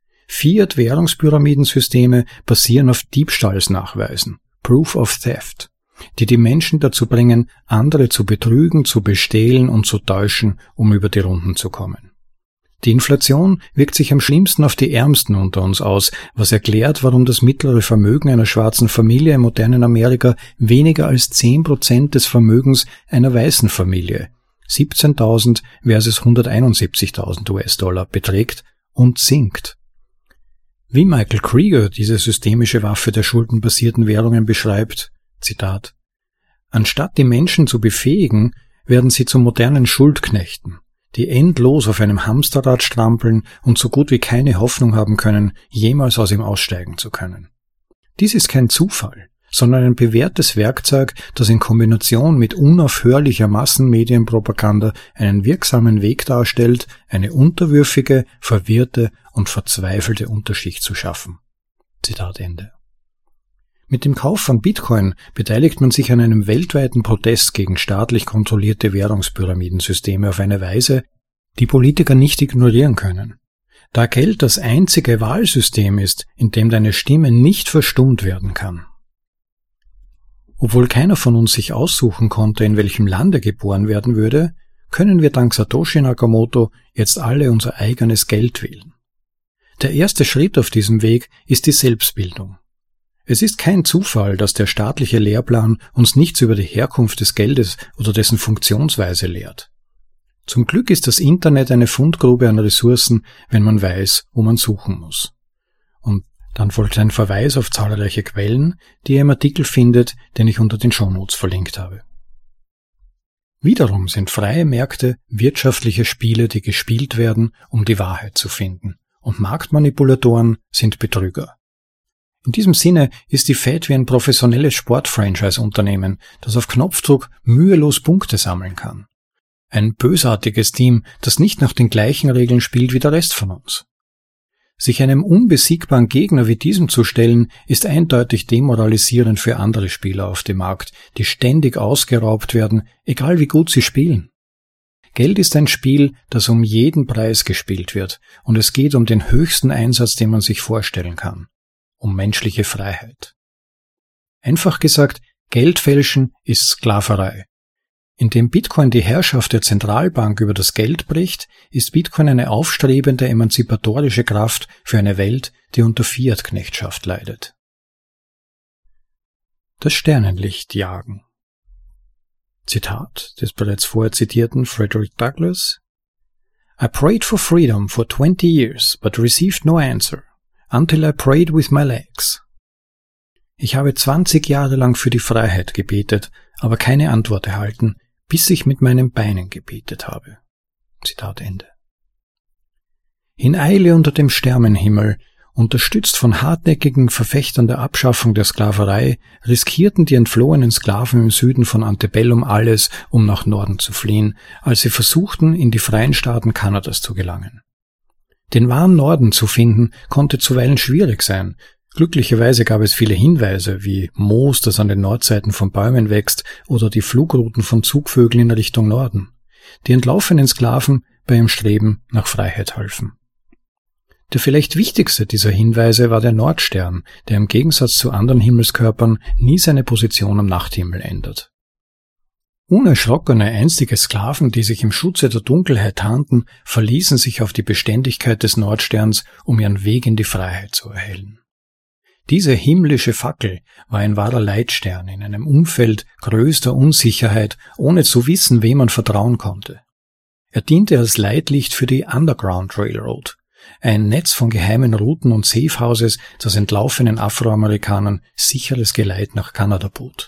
Fiat-Währungspyramidensysteme basieren auf Diebstahlsnachweisen, Proof of Theft, die die Menschen dazu bringen, andere zu betrügen, zu bestehlen und zu täuschen, um über die Runden zu kommen. Die Inflation wirkt sich am schlimmsten auf die Ärmsten unter uns aus, was erklärt, warum das mittlere Vermögen einer schwarzen Familie im modernen Amerika weniger als zehn Prozent des Vermögens einer weißen Familie, siebzehntausend versus hunderteinundsiebzigtausend U S-Dollar, beträgt und sinkt. Wie Michael Krieger diese systemische Waffe der schuldenbasierten Währungen beschreibt, Zitat, anstatt die Menschen zu befähigen, werden sie zu modernen Schuldknechten, die endlos auf einem Hamsterrad strampeln und so gut wie keine Hoffnung haben können, jemals aus ihm aussteigen zu können. Dies ist kein Zufall, sondern ein bewährtes Werkzeug, das in Kombination mit unaufhörlicher Massenmedienpropaganda einen wirksamen Weg darstellt, eine unterwürfige, verwirrte und verzweifelte Unterschicht zu schaffen. Zitat Ende. Mit dem Kauf von Bitcoin beteiligt man sich an einem weltweiten Protest gegen staatlich kontrollierte Währungspyramidensysteme auf eine Weise, die Politiker nicht ignorieren können. Da Geld das einzige Wahlsystem ist, in dem deine Stimme nicht verstummt werden kann. Obwohl keiner von uns sich aussuchen konnte, in welchem Lande geboren werden würde, können wir dank Satoshi Nakamoto jetzt alle unser eigenes Geld wählen. Der erste Schritt auf diesem Weg ist die Selbstbildung. Es ist kein Zufall, dass der staatliche Lehrplan uns nichts über die Herkunft des Geldes oder dessen Funktionsweise lehrt. Zum Glück ist das Internet eine Fundgrube an Ressourcen, wenn man weiß, wo man suchen muss. Und dann folgt ein Verweis auf zahlreiche Quellen, die ihr im Artikel findet, den ich unter den Shownotes verlinkt habe. Wiederum sind freie Märkte wirtschaftliche Spiele, die gespielt werden, um die Wahrheit zu finden, und Marktmanipulatoren sind Betrüger. In diesem Sinne ist die Fed wie ein professionelles Sport-Franchise-Unternehmen, das auf Knopfdruck mühelos Punkte sammeln kann. Ein bösartiges Team, das nicht nach den gleichen Regeln spielt wie der Rest von uns. Sich einem unbesiegbaren Gegner wie diesem zu stellen, ist eindeutig demoralisierend für andere Spieler auf dem Markt, die ständig ausgeraubt werden, egal wie gut sie spielen. Geld ist ein Spiel, das um jeden Preis gespielt wird, und es geht um den höchsten Einsatz, den man sich vorstellen kann. um menschliche Freiheit. Einfach gesagt, Geldfälschen ist Sklaverei. Indem Bitcoin die Herrschaft der Zentralbank über das Geld bricht, ist Bitcoin eine aufstrebende emanzipatorische Kraft für eine Welt, die unter Fiat-Knechtschaft leidet. Das Sternenlicht jagen. Zitat des bereits vorher zitierten Frederick Douglass: I prayed for freedom for twenty years, but received no answer, until I prayed with my legs. Ich habe zwanzig Jahre lang für die Freiheit gebetet, aber keine Antwort erhalten, bis ich mit meinen Beinen gebetet habe. Zitat Ende. In Eile unter dem Sternenhimmel, unterstützt von hartnäckigen Verfechtern der Abschaffung der Sklaverei, riskierten die entflohenen Sklaven im Süden von Antebellum alles, um nach Norden zu fliehen, als sie versuchten, in die freien Staaten Kanadas zu gelangen. Den wahren Norden zu finden, konnte zuweilen schwierig sein. Glücklicherweise gab es viele Hinweise, wie Moos, das an den Nordseiten von Bäumen wächst, oder die Flugrouten von Zugvögeln in Richtung Norden, die entlaufenen Sklaven bei ihrem Streben nach Freiheit halfen. Der vielleicht wichtigste dieser Hinweise war der Nordstern, der im Gegensatz zu anderen Himmelskörpern nie seine Position am Nachthimmel ändert. Unerschrockene einstige Sklaven, die sich im Schutze der Dunkelheit tarnten, verließen sich auf die Beständigkeit des Nordsterns, um ihren Weg in die Freiheit zu erhellen. Diese himmlische Fackel war ein wahrer Leitstern in einem Umfeld größter Unsicherheit, ohne zu wissen, wem man vertrauen konnte. Er diente als Leitlicht für die Underground Railroad, ein Netz von geheimen Routen und Safehouses, das entlaufenen Afroamerikanern sicheres Geleit nach Kanada bot.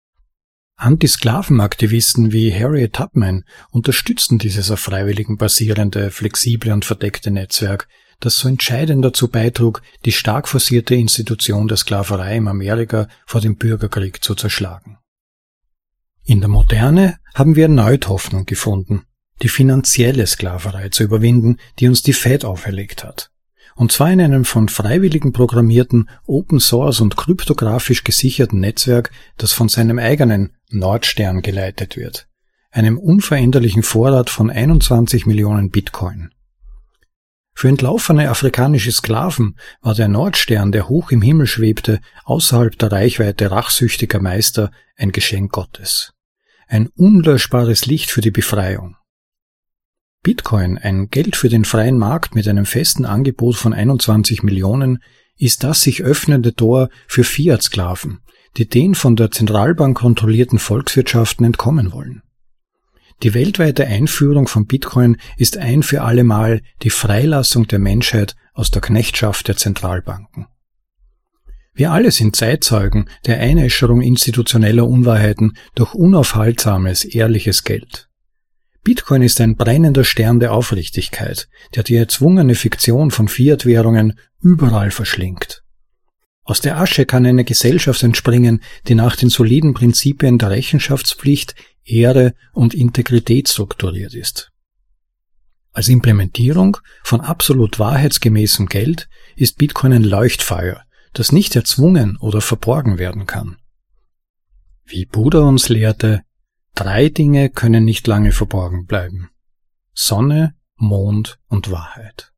Anti-Sklavenaktivisten wie Harriet Tubman unterstützten dieses auf Freiwilligen basierende, flexible und verdeckte Netzwerk, das so entscheidend dazu beitrug, die stark forcierte Institution der Sklaverei im Amerika vor dem Bürgerkrieg zu zerschlagen. In der Moderne haben wir erneut Hoffnung gefunden, die finanzielle Sklaverei zu überwinden, die uns die Fed auferlegt hat. Und zwar in einem von Freiwilligen programmierten, Open Source und kryptografisch gesicherten Netzwerk, das von seinem eigenen Nordstern geleitet wird, einem unveränderlichen Vorrat von einundzwanzig Millionen Bitcoin. Für entlaufene afrikanische Sklaven war der Nordstern, der hoch im Himmel schwebte, außerhalb der Reichweite rachsüchtiger Meister, ein Geschenk Gottes. Ein unlöschbares Licht für die Befreiung. Bitcoin, ein Geld für den freien Markt mit einem festen Angebot von einundzwanzig Millionen, ist das sich öffnende Tor für Fiat-Sklaven, die den von der Zentralbank kontrollierten Volkswirtschaften entkommen wollen. Die weltweite Einführung von Bitcoin ist ein für alle Mal die Freilassung der Menschheit aus der Knechtschaft der Zentralbanken. Wir alle sind Zeitzeugen der Einäscherung institutioneller Unwahrheiten durch unaufhaltsames, ehrliches Geld. Bitcoin ist ein brennender Stern der Aufrichtigkeit, der die erzwungene Fiktion von Fiat-Währungen überall verschlingt. Aus der Asche kann eine Gesellschaft entspringen, die nach den soliden Prinzipien der Rechenschaftspflicht, Ehre und Integrität strukturiert ist. Als Implementierung von absolut wahrheitsgemäßem Geld ist Bitcoin ein Leuchtfeuer, das nicht erzwungen oder verborgen werden kann. Wie Buddha uns lehrte, drei Dinge können nicht lange verborgen bleiben: Sonne, Mond und Wahrheit.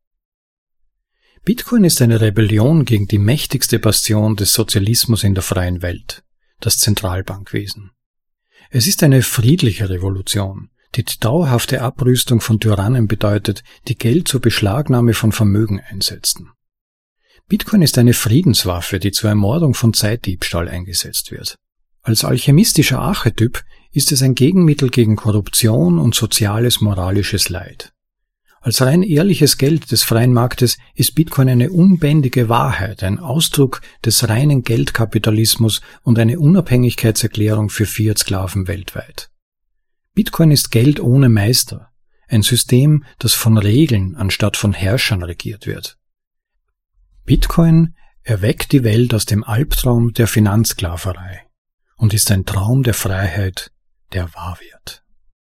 Bitcoin ist eine Rebellion gegen die mächtigste Bastion des Sozialismus in der freien Welt, das Zentralbankwesen. Es ist eine friedliche Revolution, die die dauerhafte Abrüstung von Tyrannen bedeutet, die Geld zur Beschlagnahme von Vermögen einsetzten. Bitcoin ist eine Friedenswaffe, die zur Ermordung von Zeitdiebstahl eingesetzt wird. Als alchemistischer Archetyp ist es ein Gegenmittel gegen Korruption und soziales moralisches Leid. Als rein ehrliches Geld des freien Marktes ist Bitcoin eine unbändige Wahrheit, ein Ausdruck des reinen Geldkapitalismus und eine Unabhängigkeitserklärung für Fiat-Sklaven weltweit. Bitcoin ist Geld ohne Meister, ein System, das von Regeln anstatt von Herrschern regiert wird. Bitcoin erweckt die Welt aus dem Albtraum der Finanzsklaverei und ist ein Traum der Freiheit, der wahr wird.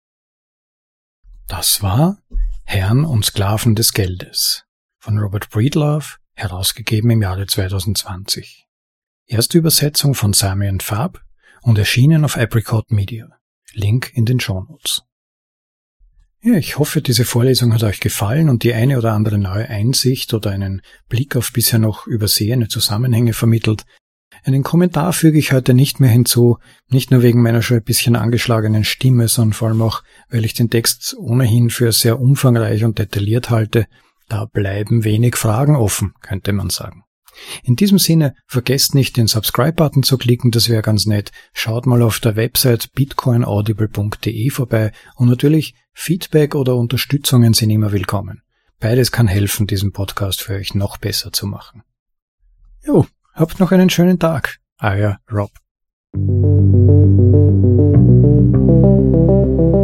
Das war Herren und Sklaven des Geldes von Robert Breedlove, herausgegeben im Jahre zweitausendzwanzig. Erste Übersetzung von Sami und Fab und erschienen auf Apricot Media. Link in den Shownotes. Ja, ich hoffe, diese Vorlesung hat euch gefallen und die eine oder andere neue Einsicht oder einen Blick auf bisher noch übersehene Zusammenhänge vermittelt. Einen Kommentar füge ich heute nicht mehr hinzu, nicht nur wegen meiner schon ein bisschen angeschlagenen Stimme, sondern vor allem auch, weil ich den Text ohnehin für sehr umfangreich und detailliert halte. Da bleiben wenig Fragen offen, könnte man sagen. In diesem Sinne, vergesst nicht, den Subscribe-Button zu klicken, das wäre ganz nett. Schaut mal auf der Website bitcoin audible punkt de vorbei und natürlich Feedback oder Unterstützungen sind immer willkommen. Beides kann helfen, diesen Podcast für euch noch besser zu machen. Jo, habt noch einen schönen Tag. Euer Rob.